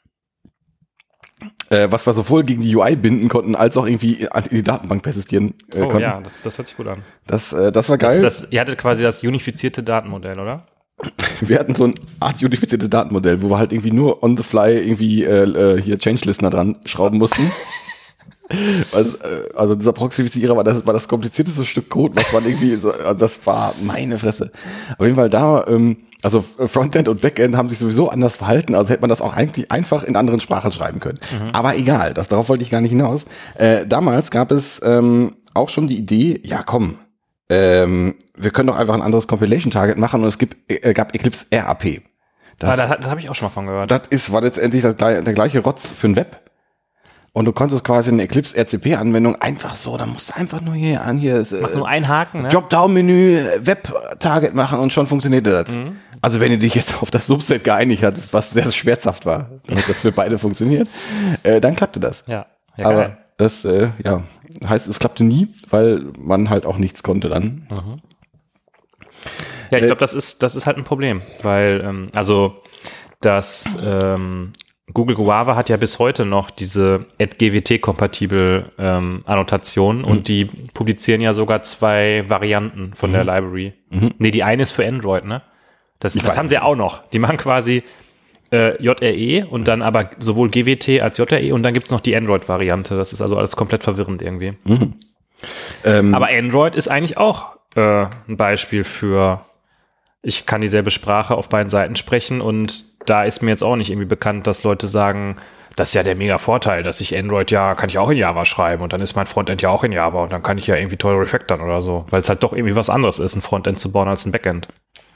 Äh, was wir sowohl gegen die U I binden konnten, als auch irgendwie in die Datenbank persistieren äh, oh, konnten. Ja, das, das hört sich gut an. Das, äh, das war geil. Das, das, ihr hattet quasi das unifizierte Datenmodell, oder? Wir hatten so ein Art unifiziertes Datenmodell, wo wir halt irgendwie nur on the fly irgendwie äh, hier Change-Listen da dran schrauben mussten. also, äh, also dieser Proxifizierer war das, war das komplizierteste Stück Code, was man irgendwie, so, also das war meine Fresse. Auf jeden Fall da, ähm, also Frontend und Backend haben sich sowieso anders verhalten, also hätte man das auch eigentlich einfach in anderen Sprachen schreiben können. Mhm. Aber egal, das, darauf wollte ich gar nicht hinaus. Äh, damals gab es ähm, auch schon die Idee, ja komm, ähm, wir können doch einfach ein anderes Compilation-Target machen und es gibt, äh, gab Eclipse R A P. Das, ah, das, das habe ich auch schon mal von gehört. Das ist, war letztendlich das, der gleiche Rotz für ein Web. Und du konntest quasi eine Eclipse R C P-Anwendung einfach so, da musst du einfach nur hier an hier Mach nur einen Haken, ne? Dropdown-Menü, Web-Target machen und schon funktionierte das. Mhm. Also wenn du dich jetzt auf das Subset geeinigt hattest, was sehr schmerzhaft war, damit das für beide funktioniert, äh, dann klappte das. Ja, ja aber geil. das äh, ja, heißt, es klappte nie, weil man halt auch nichts konnte dann. Mhm. Ja, ich glaube, das ist, das ist halt ein Problem, weil, ähm, also das ähm, Google Guava hat ja bis heute noch diese G W T-kompatibel ähm, Annotation mhm. und die publizieren ja sogar zwei Varianten von mhm. der Library. Mhm. Nee, die eine ist für Android, ne? Das, das haben sie ja auch noch. Die machen quasi äh, J R E und dann aber sowohl G W T als J R E und dann gibt's noch die Android-Variante. Das ist also alles komplett verwirrend irgendwie. Mhm. Ähm, aber Android ist eigentlich auch äh, ein Beispiel für, ich kann dieselbe Sprache auf beiden Seiten sprechen und da ist mir jetzt auch nicht irgendwie bekannt, dass Leute sagen, das ist ja der mega Vorteil, dass ich Android ja, kann ich auch in Java schreiben und dann ist mein Frontend ja auch in Java und dann kann ich ja irgendwie toll refactoren oder so, weil es halt doch irgendwie was anderes ist, ein Frontend zu bauen als ein Backend.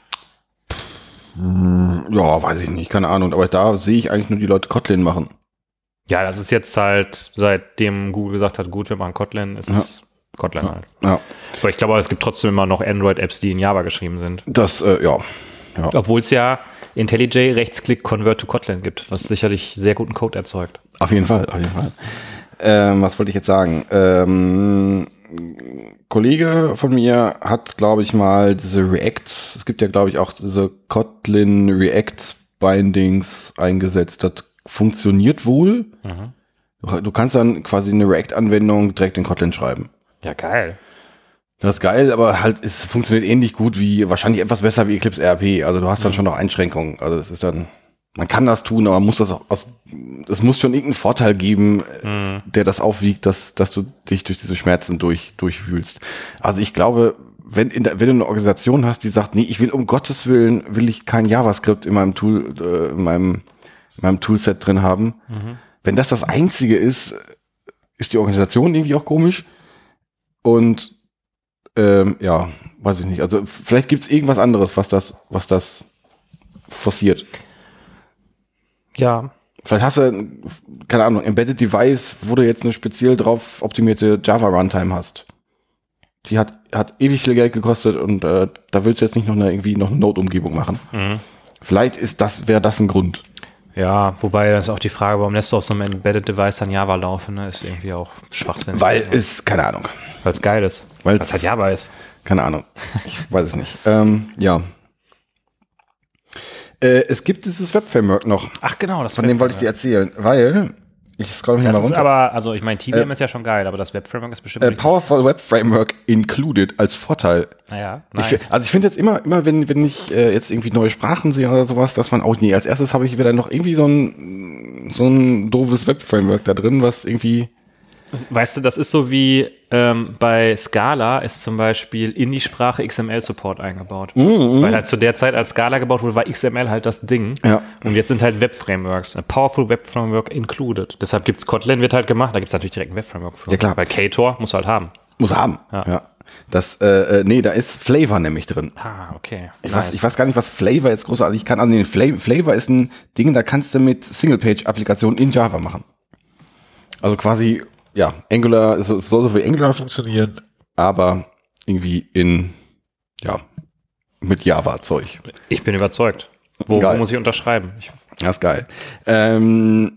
Ja, weiß ich nicht, keine Ahnung, aber da sehe ich eigentlich nur die Leute Kotlin machen. Ja, das ist jetzt halt, seitdem Google gesagt hat, gut, wir machen Kotlin, ist es ja. Kotlin halt. Ja. Aber ich glaube, es gibt trotzdem immer noch Android-Apps, die in Java geschrieben sind. Das, äh, ja. ja. Obwohl es ja IntelliJ Rechtsklick Convert to Kotlin gibt, was sicherlich sehr guten Code erzeugt. Auf jeden Fall, auf jeden Fall. Ähm, was wollte ich jetzt sagen? Ähm, Kollege von mir hat, glaube ich, mal diese React, es gibt ja, glaube ich, auch diese Kotlin React Bindings eingesetzt. Das funktioniert wohl. Mhm. Du, du kannst dann quasi eine React-Anwendung direkt in Kotlin schreiben. Ja, geil. Das ist geil, aber halt, es funktioniert ähnlich gut wie, wahrscheinlich etwas besser wie Eclipse R P. Also du hast dann mhm. schon noch Einschränkungen. Also es ist dann, man kann das tun, aber man muss das auch aus, es muss schon irgendeinen Vorteil geben, mhm. der das aufwiegt, dass, dass du dich durch diese Schmerzen durch, durchwühlst. Also ich glaube, wenn, in der, wenn du eine Organisation hast, die sagt, nee, ich will um Gottes Willen, will ich kein JavaScript in meinem Tool, äh, in meinem, in meinem Toolset drin haben. Mhm. Wenn das das Einzige ist, ist die Organisation irgendwie auch komisch. Und ähm, ja, weiß ich nicht. Also vielleicht gibt es irgendwas anderes, was das, was das forciert. Ja. Vielleicht hast du, keine Ahnung, Embedded Device, wo du jetzt eine speziell drauf optimierte Java Runtime hast. Die hat, hat ewig viel Geld gekostet und äh, da willst du jetzt nicht noch eine, irgendwie noch eine Node-Umgebung machen. Mhm. Vielleicht ist das, wäre das ein Grund. Ja, wobei das ist auch die Frage, warum lässt du auf so einem Embedded Device dann Java laufen, ne? Ist irgendwie auch Schwachsinn. Weil es, keine Ahnung. Weil es geil ist. Weil es halt Java ist. Keine Ahnung. Ich weiß es nicht. ähm, ja. Äh, es gibt dieses Web-Framework noch. Ach genau, das Von dem wollte ich dir erzählen, weil Ich scroll mich Das mal ist runter. aber, also ich meine, T V M Äh, ist ja schon geil, aber das Web-Framework ist bestimmt Äh, richtig. Powerful Web Framework included als Vorteil. Naja, Ich, nice. fi- also ich finde jetzt immer, immer wenn, wenn ich äh, jetzt irgendwie neue Sprachen sehe oder sowas, dass man auch, nee, als erstes habe ich wieder noch irgendwie so ein, so ein doofes Web-Framework da drin, was irgendwie, Weißt du, das ist so wie ähm, bei Scala ist zum Beispiel in die Sprache X M L-Support eingebaut. Mhm, Weil halt zu der Zeit, als Scala gebaut wurde, war X M L halt das Ding. Ja. Und jetzt sind halt Web-Frameworks. A Powerful Web-Framework included. Deshalb gibt's Kotlin, wird halt gemacht. Da gibt's natürlich direkt ein Web-Framework für. Ja, klar. Bei Ktor musst du halt haben. muss haben. Ja. Ja. Das, äh, äh, nee, da ist Flavor nämlich drin. Ah, okay. Ich weiß, ich weiß gar nicht, was Flavor jetzt großartig kann. Also nee, Flavor, Flavor ist ein Ding, da kannst du mit Single-Page-Applikationen in Java machen. Also quasi, ja, Angular, es soll so wie Angular funktionieren, aber irgendwie in, ja, mit Java-Zeug. Ich bin überzeugt. Wo, wo Geil. muss ich unterschreiben? Ich, Das ist geil. Ähm,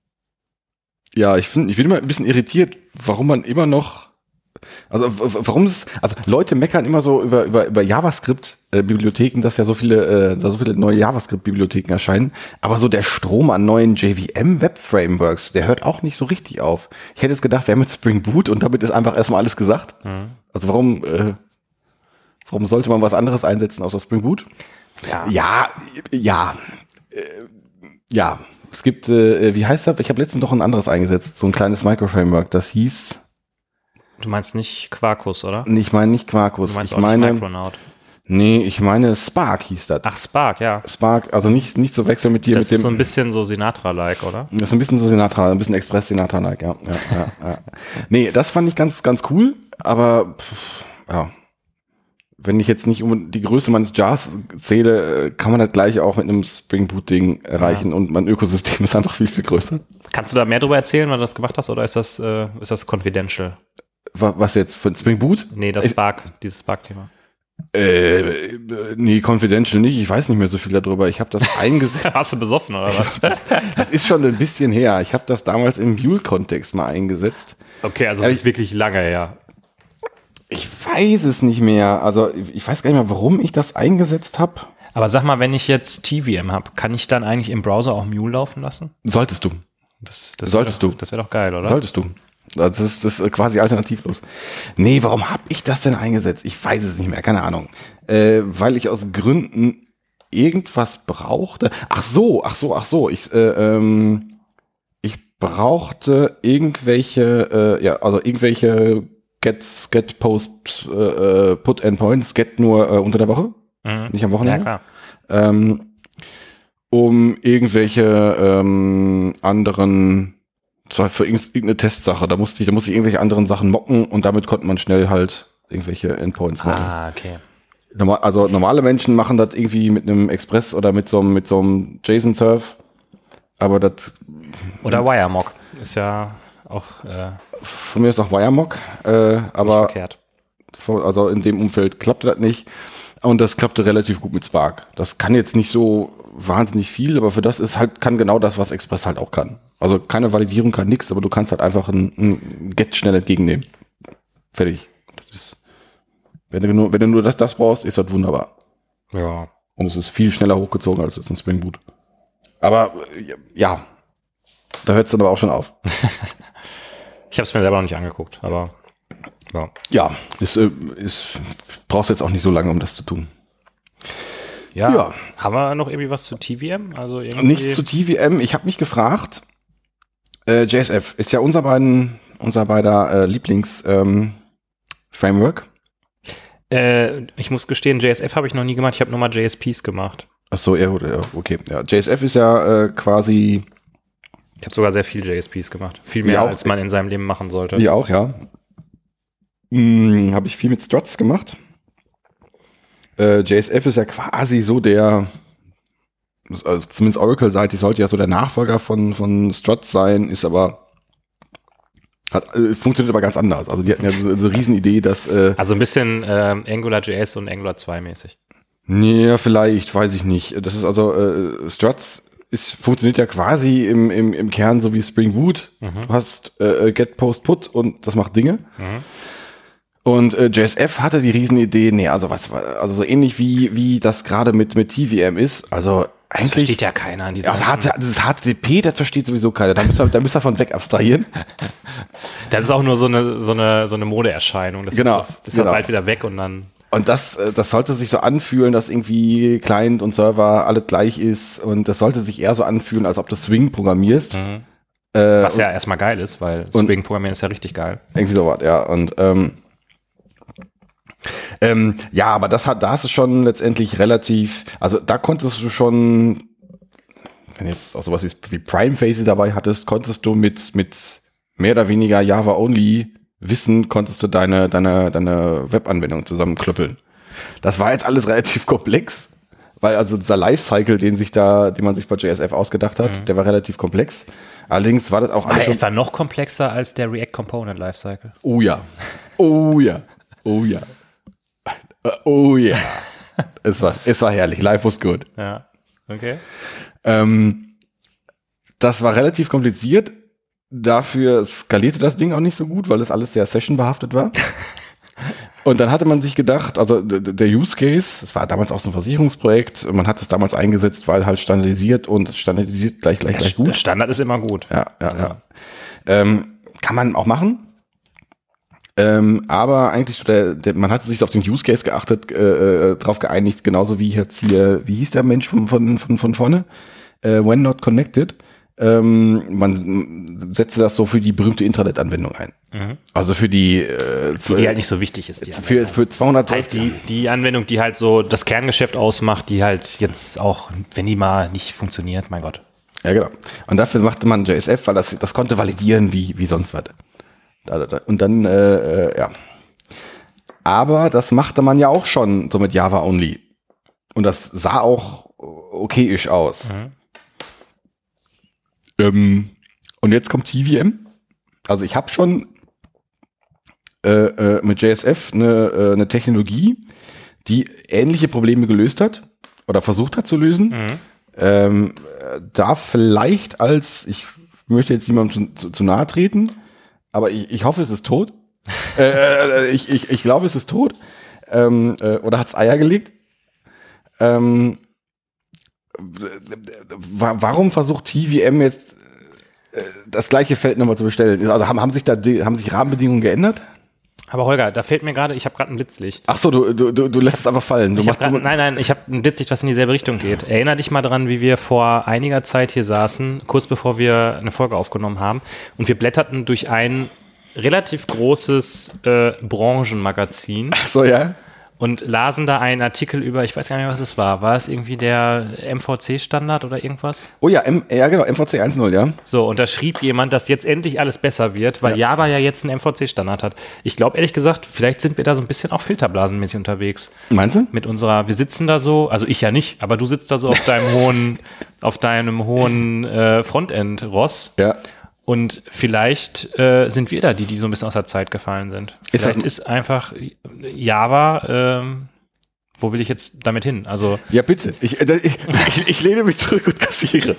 ja, ich finde, ich bin immer ein bisschen irritiert, warum man immer noch, also w- w- warum es, also Leute meckern immer so über über über JavaScript-Bibliotheken, dass ja so viele, äh, da so viele neue JavaScript-Bibliotheken erscheinen, aber so der Strom an neuen J V M-Web-Frameworks, der hört auch nicht so richtig auf. Ich hätte es gedacht, wir haben jetzt Spring Boot und damit ist einfach erstmal alles gesagt. Also warum, äh, warum sollte man was anderes einsetzen außer Spring Boot? ja. Ja, ja, äh, ja. Es gibt, äh, wie heißt das? Ich habe letztens noch ein anderes eingesetzt, so ein kleines Microframework, das hieß, Du meinst nicht Quarkus, oder? nee, ich meine nicht Quarkus, Du meinst ich auch meine, nicht Micronaut. nee, ich meine Spark hieß das. Ach, Spark, ja. Spark, also nicht nicht so wechseln mit dir Das mit dem. ist so ein bisschen so Sinatra-like, oder? Das ist ein bisschen so Sinatra, ein bisschen Express Sinatra-like, ja, ja, ja, ja. Nee, das fand ich ganz, ganz cool, aber pff, ja. Wenn ich jetzt nicht um die Größe meines Jars zähle, äh, kann man das gleich auch mit einem Spring Boot-Ding erreichen Ja. und mein Ökosystem ist einfach viel, viel größer. Kannst du da mehr drüber erzählen, wann du das gemacht hast, oder ist das, äh, ist das confidential? Wa- Was jetzt für ein Spring Boot? Nee, das Spark, dieses Spark-Thema. Äh, nee, confidential nicht. Ich weiß nicht mehr so viel darüber. Ich habe das eingesetzt. Hast du besoffen, oder was? Das ist schon ein bisschen her. Ich habe das damals im Mule-Kontext mal eingesetzt. Okay, also Ja, es ist wirklich lange her. Ich weiß es nicht mehr. Also ich weiß gar nicht mehr, warum ich das eingesetzt habe. Aber sag mal, wenn ich jetzt T V M habe, kann ich dann eigentlich im Browser auch Mule laufen lassen? Solltest du. Das, das Solltest wär doch, du. Das wäre doch geil, oder? Solltest du. Das ist, das ist quasi alternativlos. Nee, warum habe ich das denn eingesetzt? Ich weiß es nicht mehr, keine Ahnung. Äh, weil ich aus Gründen irgendwas brauchte. Ach so, ach so, ach so. Ich, äh, ähm, ich brauchte irgendwelche, äh, ja, also irgendwelche Get, Get, Post, äh, Put Endpoints, Get nur äh, unter der Woche, Mhm. nicht am Ja, Wochenende. klar. Ähm, um irgendwelche ähm, anderen, zwar für irgendeine Testsache, da musste ich, da musste ich irgendwelche anderen Sachen mocken und damit konnte man schnell halt irgendwelche Endpoints machen. Ah, okay. Normal, also normale Menschen machen das irgendwie mit einem Express oder mit so einem, mit so einem JSON-Surf, aber das, Oder Wiremock ist ja auch äh, nicht von mir ist auch Wiremock, äh, aber verkehrt. vor- also in dem Umfeld klappte das nicht. Und das klappte relativ gut mit Spark. Das kann jetzt nicht so wahnsinnig viel, aber für das ist halt, kann genau das, was Express halt auch kann. Also keine Validierung, kann nix, aber du kannst halt einfach ein, ein Get schnell entgegennehmen. Fertig. Das ist, wenn du nur, wenn du nur das, das brauchst, ist das wunderbar. Ja. Und es ist viel schneller hochgezogen als jetzt ein Spring Boot. Aber äh, ja, da hört es dann aber auch schon auf. Ich habe es mir selber noch nicht angeguckt, aber ja. Ja, ist, äh, ist, brauchst jetzt auch nicht so lange, um das zu tun. Ja. Ja. Haben wir noch irgendwie was zu T V M? Also irgendwie Nichts zu T V M. Ich habe mich gefragt, äh, J S F ist ja unser beiden, unser beider äh, Lieblings-Framework. Äh, ich muss gestehen, J S F habe ich noch nie gemacht. Ich habe nur mal J S Ps gemacht. Ach so, ja, gut, ja, okay. Ja, J S F ist ja äh, quasi, Ich habe sogar sehr viel J S Ps gemacht. Viel mehr, Ja, auch. als man in seinem Leben machen sollte. wie auch, ja. Hm, habe ich viel mit Struts gemacht. Äh, J S F ist ja quasi so der, also zumindest Oracle-seitig sollte ja so der Nachfolger von, von Struts sein, ist aber, hat, äh, funktioniert aber ganz anders. Also die hatten ja so, so eine Riesenidee, dass äh, Also ein bisschen ähm, AngularJS und Angular zwei mäßig. ja, vielleicht, weiß ich nicht. Das ist also, äh, Struts ist, funktioniert ja quasi im, im, im Kern so wie Spring Boot. Du hast äh, Get, Post, Put und das macht Dinge. Und äh, J S F hatte die Riesenidee, nee, also was, also so ähnlich wie, wie das gerade mit, mit T V M ist. Also Das versteht ja keiner an dieser ja, das, das H T T P, das versteht sowieso keiner. Da müssen wir, da müssen wir von weg abstrahieren. Das ist auch nur so eine, so eine, so eine Modeerscheinung. Das genau, ist, das ist genau. dann bald wieder weg und dann. Und das, das sollte sich so anfühlen, dass irgendwie Client und Server alles gleich ist. Und das sollte sich eher so anfühlen, als ob du Swing programmierst. Mhm. Äh, Was ja erstmal geil ist, weil Swing programmieren ist ja richtig geil. Irgendwie sowas, ja. Und ähm, ähm, ja, aber das hat, da hast du schon letztendlich relativ, also da konntest du schon, wenn jetzt auch sowas wie, wie Prime Faces dabei hattest, konntest du mit mit mehr oder weniger Java Only Wissen, konntest du deine deine deine Webanwendung zusammenklöppeln. Das war jetzt alles relativ komplex, weil also dieser Lifecycle, den sich da, den man sich bei J S F ausgedacht hat, mhm. der war relativ komplex. Allerdings war das auch das alles schon etwa noch komplexer als der React Component Lifecycle. Oh ja, oh ja, oh ja. Oh ja. es, war, es war herrlich. Life was good. Ja, okay. Ähm, das war relativ kompliziert. Dafür skalierte das Ding auch nicht so gut, weil es alles sehr sessionbehaftet war. Und dann hatte man sich gedacht, also der Use Case, das war damals auch so ein Versicherungsprojekt, man hat es damals eingesetzt, weil halt standardisiert und standardisiert gleich, gleich, gleich gut. Standard ist immer gut. Ja, ja, also. ja. Ähm, kann man auch machen. Ähm, aber eigentlich so der, der, man hatte sich auf den Use Case geachtet, äh, drauf geeinigt, genauso wie jetzt hier, wie hieß der Mensch von von von, von vorne? Äh, when not connected. Ähm, man setzte das so für die berühmte Intranet-Anwendung ein. Mhm. Also für die, äh, die, die halt nicht so wichtig ist. Die für für zweihundert halt die die Anwendung, die halt so das Kerngeschäft ausmacht, die halt jetzt auch, wenn die mal nicht funktioniert, mein Gott. Ja, genau. Und dafür machte man J S F, weil das das konnte validieren wie wie sonst was. Und dann, äh, äh, ja. Aber das machte man ja auch schon so mit Java Only. Und das sah auch okayisch aus. Mhm. Ähm, und jetzt kommt T V M. Also ich habe schon äh, äh, mit J S F eine, äh, eine Technologie, die ähnliche Probleme gelöst hat oder versucht hat zu lösen. Mhm. Ähm, da vielleicht als, ich möchte jetzt niemandem zu, zu, zu nahe treten, aber ich, ich hoffe, es ist tot. äh, ich, ich, ich glaube, es ist tot. Ähm, äh, oder hat's Eier gelegt? Ähm, warum versucht T V M jetzt äh, das gleiche Feld nochmal zu bestellen? Also haben, haben sich da die, haben sich Rahmenbedingungen geändert? Aber Holger, da fällt mir gerade, ich habe gerade ein Blitzlicht. Ach so, du, du, du lässt es einfach fallen. Du ich machst grad, nein, nein, ich habe ein Blitzlicht, was in dieselbe Richtung geht. Erinner dich mal dran, wie wir vor einiger Zeit hier saßen, kurz bevor wir eine Folge aufgenommen haben. Und wir blätterten durch ein relativ großes äh, Branchenmagazin. Ach so, ja. Und lasen da einen Artikel über, ich weiß gar nicht, was es war. War es irgendwie der M V C-Standard oder irgendwas? Oh ja, M, ja genau, M V C eins Punkt null, ja. So, und da schrieb jemand, dass jetzt endlich alles besser wird, weil ja. Java ja jetzt einen M V C-Standard hat. Ich glaube, ehrlich gesagt, vielleicht sind wir da so ein bisschen auch filterblasenmäßig unterwegs. Meinst du? Mit unserer, wir sitzen da so, also ich ja nicht, aber du sitzt da so auf deinem hohen, auf deinem hohen äh, Frontend-Ross. Ja. Und vielleicht äh, sind wir da die, die so ein bisschen aus der Zeit gefallen sind. Ist vielleicht ist einfach Java, ähm, wo will ich jetzt damit hin? Also ja, bitte. Ich, ich, ich, ich lehne mich zurück und kassiere.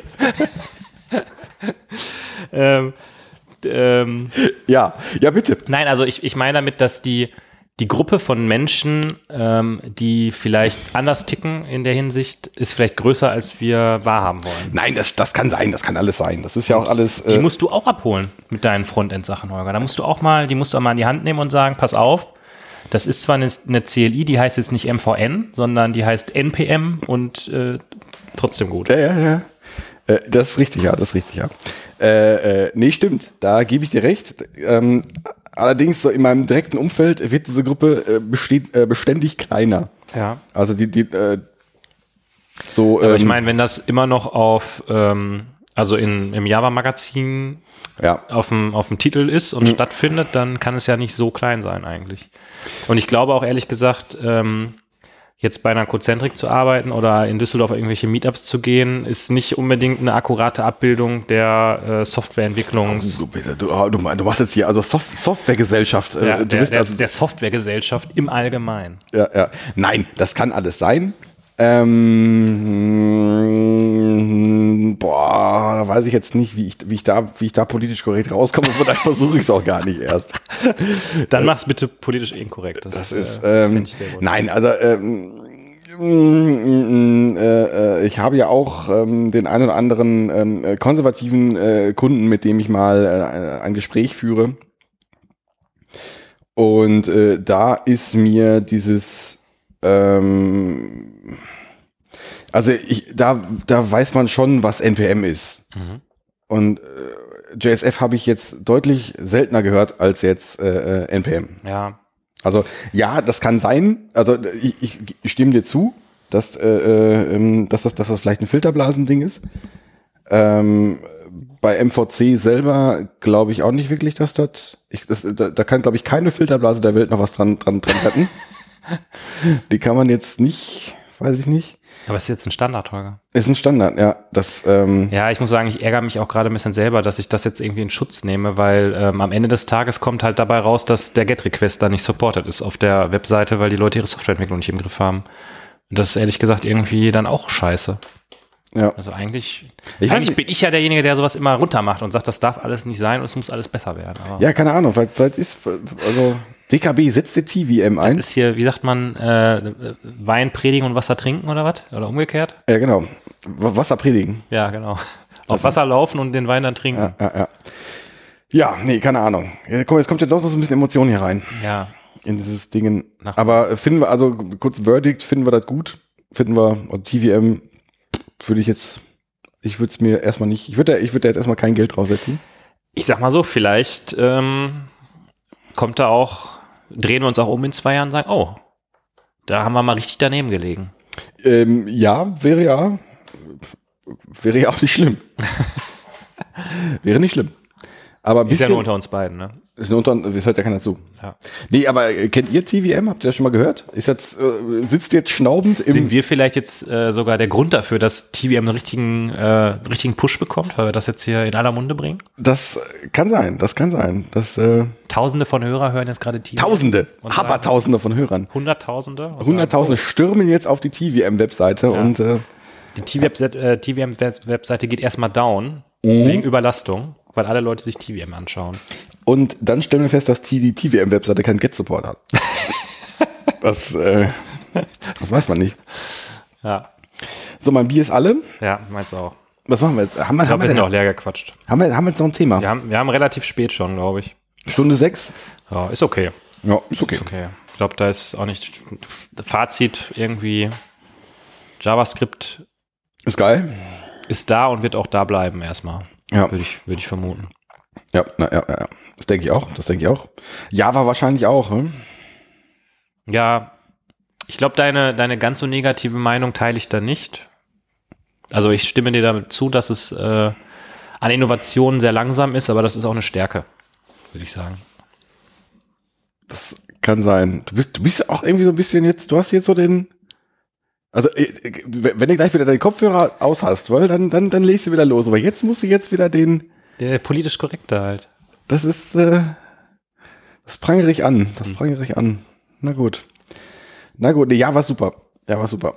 ähm, ähm, ja, ja, bitte. Nein, also ich, ich meine damit, dass die Die Gruppe von Menschen, ähm, die vielleicht anders ticken in der Hinsicht, ist vielleicht größer, als wir wahrhaben wollen. Nein, das, das kann sein, das kann alles sein. Das ist ja auch alles. Äh die musst du auch abholen mit deinen Frontend-Sachen, Holger. Da musst du auch mal, die musst du auch mal in die Hand nehmen und sagen, pass auf, das ist zwar eine, eine C L I, die heißt jetzt nicht M V N, sondern die heißt N P M und äh, trotzdem gut. Ja, ja, ja. Äh, das ist richtig, ja, das ist richtig, ja. Äh, äh, nee, stimmt, da gebe ich dir recht. Ähm, Allerdings so in meinem direkten Umfeld wird diese Gruppe äh, besteht, äh, beständig kleiner. Ja. Also die, die äh, so. Aber ähm, ich meine, wenn das immer noch auf, ähm, also in, im Java-Magazin ja. auf dem auf dem Titel ist und mhm. stattfindet, dann kann es ja nicht so klein sein eigentlich. Und ich glaube auch ehrlich gesagt, ähm, jetzt bei einer Cozentric zu arbeiten oder in Düsseldorf irgendwelche Meetups zu gehen, ist nicht unbedingt eine akkurate Abbildung der äh, Softwareentwicklungs... Oh, du, du, du machst jetzt hier also Soft, Softwaregesellschaft. Ja, du der, bist der, also, der Softwaregesellschaft im Allgemeinen. Ja, ja. Nein, das kann alles sein. Ähm, boah, da weiß ich jetzt nicht, wie ich, wie ich da, wie ich da politisch korrekt rauskomme. Vielleicht versuche ich es auch gar nicht erst. Dann mach's bitte politisch inkorrekt. Das, das ist, äh, ähm, ich sehr gut. Nein, also ähm, Mm, äh, ich habe ja auch ähm, den einen oder anderen ähm, konservativen äh, Kunden, mit dem ich mal äh, ein Gespräch führe. Und äh, da ist mir dieses, ähm, also ich, da, da weiß man schon, was N P M ist. Mhm. Und äh, J S F habe ich jetzt deutlich seltener gehört als jetzt äh, N P M. Ja. Also ja, das kann sein. Also ich, ich, ich stimme dir zu, dass, äh, äh, dass, das, dass das vielleicht ein Filterblasending ist. Ähm, bei M V C selber glaube ich auch nicht wirklich, dass das, ich, das da, da kann, glaube ich, keine Filterblase der Welt noch was dran dran, dran retten. Die kann man jetzt nicht, weiß ich nicht. Aber es ist jetzt ein Standard, Holger. Ist ein Standard, ja. Das, ähm ja, ich muss sagen, ich ärgere mich auch gerade ein bisschen selber, dass ich das jetzt irgendwie in Schutz nehme, weil ähm, am Ende des Tages kommt halt dabei raus, dass der GET-Request da nicht supported ist auf der Webseite, weil die Leute ihre Softwareentwicklung nicht im Griff haben. Und das ist ehrlich gesagt irgendwie dann auch scheiße. Ja. Also eigentlich, ich eigentlich bin ich ja derjenige, der sowas immer runter macht und sagt, das darf alles nicht sein und es muss alles besser werden. Aber ja, keine Ahnung, vielleicht, vielleicht ist, also D K B setzt die T V M ein. Das ist hier, wie sagt man, äh, Wein predigen und Wasser trinken oder was? Oder umgekehrt? Ja, genau. Wasser predigen. Ja, genau. Auf Wasser laufen und den Wein dann trinken. Ja, ja, ja. Ja, nee, keine Ahnung. Ja, komm, jetzt kommt ja doch noch so ein bisschen Emotion hier rein. Ja. In dieses Ding. Aber finden wir, also kurz Verdict, finden wir das gut? Finden wir, also T V M würde ich jetzt, ich würde es mir erstmal nicht, ich würde da, ich würde da jetzt erstmal kein Geld draufsetzen. Ich sag mal so, vielleicht ähm, kommt da auch, drehen wir uns auch um in zwei Jahren und sagen, oh, da haben wir mal richtig daneben gelegen. Ähm, ja, wäre ja, wäre ja auch nicht schlimm. Wäre nicht schlimm. Aber ist ja nur unter uns beiden, ne? Ist nur unter, es hört ja keiner zu. Ja. Nee, aber äh, kennt ihr T V M? Habt ihr das schon mal gehört? Ist jetzt, äh, sitzt jetzt schnaubend im... Sind wir vielleicht jetzt äh, sogar der Grund dafür, dass T V M einen richtigen, äh, richtigen Push bekommt, weil wir das jetzt hier in aller Munde bringen? Das kann sein, das kann sein. Das, äh, Tausende von Hörer hören jetzt gerade T V M. Tausende, Habertausende von Hörern. Hunderttausende. Hunderttausende stürmen jetzt auf die T V M-Webseite ja. und... Äh, die T V M-Webseite geht erstmal down, mhm. wegen Überlastung, weil alle Leute sich T V M anschauen. Und dann stellen wir fest, dass die T V M-Webseite keinen Get-Support hat. das, äh, das weiß man nicht. Ja. So, mein Bier ist alle. Ja, meinst du auch. Was machen wir jetzt? Haben wir, ich glaube, wir sind auch leer gequatscht. Haben wir, haben wir jetzt noch ein Thema? Wir haben, wir haben relativ spät schon, glaube ich. Stunde sechs? Ja, ist okay. Ja, ist okay. Ist okay. Ich glaube, da ist auch nicht Fazit irgendwie JavaScript ist geil. Ist da und wird auch da bleiben erstmal. Ja. Würde ich, würde ich vermuten. Ja, na, ja, ja, das denke ich auch, das denke ich auch. Java wahrscheinlich auch, hm? Ja, ich glaube, deine, deine ganz so negative Meinung teile ich da nicht. Also ich stimme dir damit zu, dass es äh, an Innovationen sehr langsam ist, aber das ist auch eine Stärke, würde ich sagen. Das kann sein. Du bist, du bist auch irgendwie so ein bisschen jetzt, du hast jetzt so den, also wenn du gleich wieder deinen Kopfhörer aus hast, weil dann, dann, dann legst du wieder los. Aber jetzt musst du jetzt wieder den Der politisch korrekte halt. Das ist, äh, das prangere ich an. Das hm. prangere ich an. Na gut. Na gut, nee, ja, war super. Ja, war super.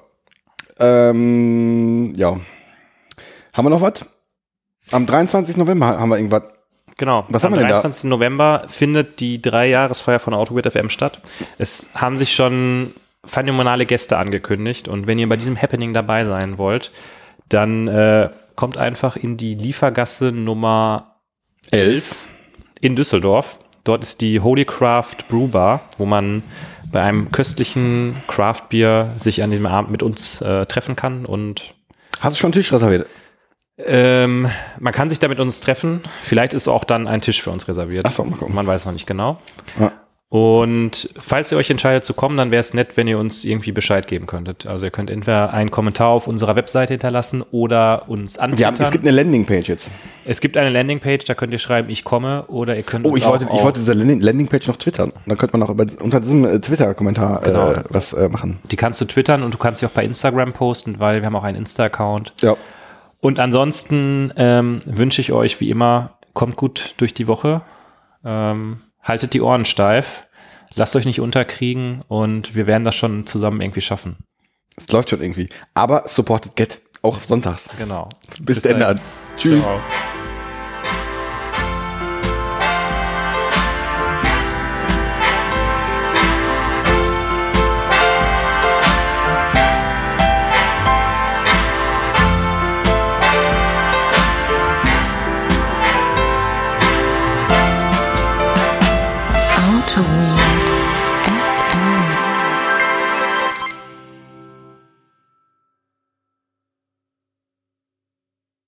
Ähm, ja. Haben wir noch was? Am dreiundzwanzigsten November haben wir irgendwas. Genau. Was am haben wir denn da? Am dreiundzwanzigsten November findet die Drei-Jahresfeier von AutoWeird F M statt. Es haben sich schon phänomenale Gäste angekündigt und wenn ihr bei diesem Happening dabei sein wollt, dann äh, kommt einfach in die Liefergasse Nummer elf in Düsseldorf. Dort ist die Holy Craft Brew Bar, wo man bei einem köstlichen Craft-Bier sich an diesem Abend mit uns äh, treffen kann. Und hast du schon einen Tisch reserviert? Ähm, man kann sich da mit uns treffen. Vielleicht ist auch dann ein Tisch für uns reserviert. Ach so, mal gucken. Man weiß noch nicht genau. Ja. Und falls ihr euch entscheidet zu kommen, dann wäre es nett, wenn ihr uns irgendwie Bescheid geben könntet. Also ihr könnt entweder einen Kommentar auf unserer Webseite hinterlassen oder uns antwittern. Ja, es gibt eine Landingpage jetzt. Es gibt eine Landingpage, da könnt ihr schreiben, ich komme, oder ihr könnt Oh, uns ich auch wollte, ich wollte diese Landingpage noch twittern. Dann könnte man auch über, unter diesem äh, Twitter-Kommentar genau. äh, was äh, machen. Die kannst du twittern und du kannst sie auch bei Instagram posten, weil wir haben auch einen Insta-Account. Ja. Und ansonsten ähm, wünsche ich euch wie immer, kommt gut durch die Woche, ähm, haltet die Ohren steif. Lasst euch nicht unterkriegen und wir werden das schon zusammen irgendwie schaffen. Es läuft schon irgendwie. Aber supportet Get, auch sonntags. Genau. Bis, Bis dann. Tschüss. Ciao.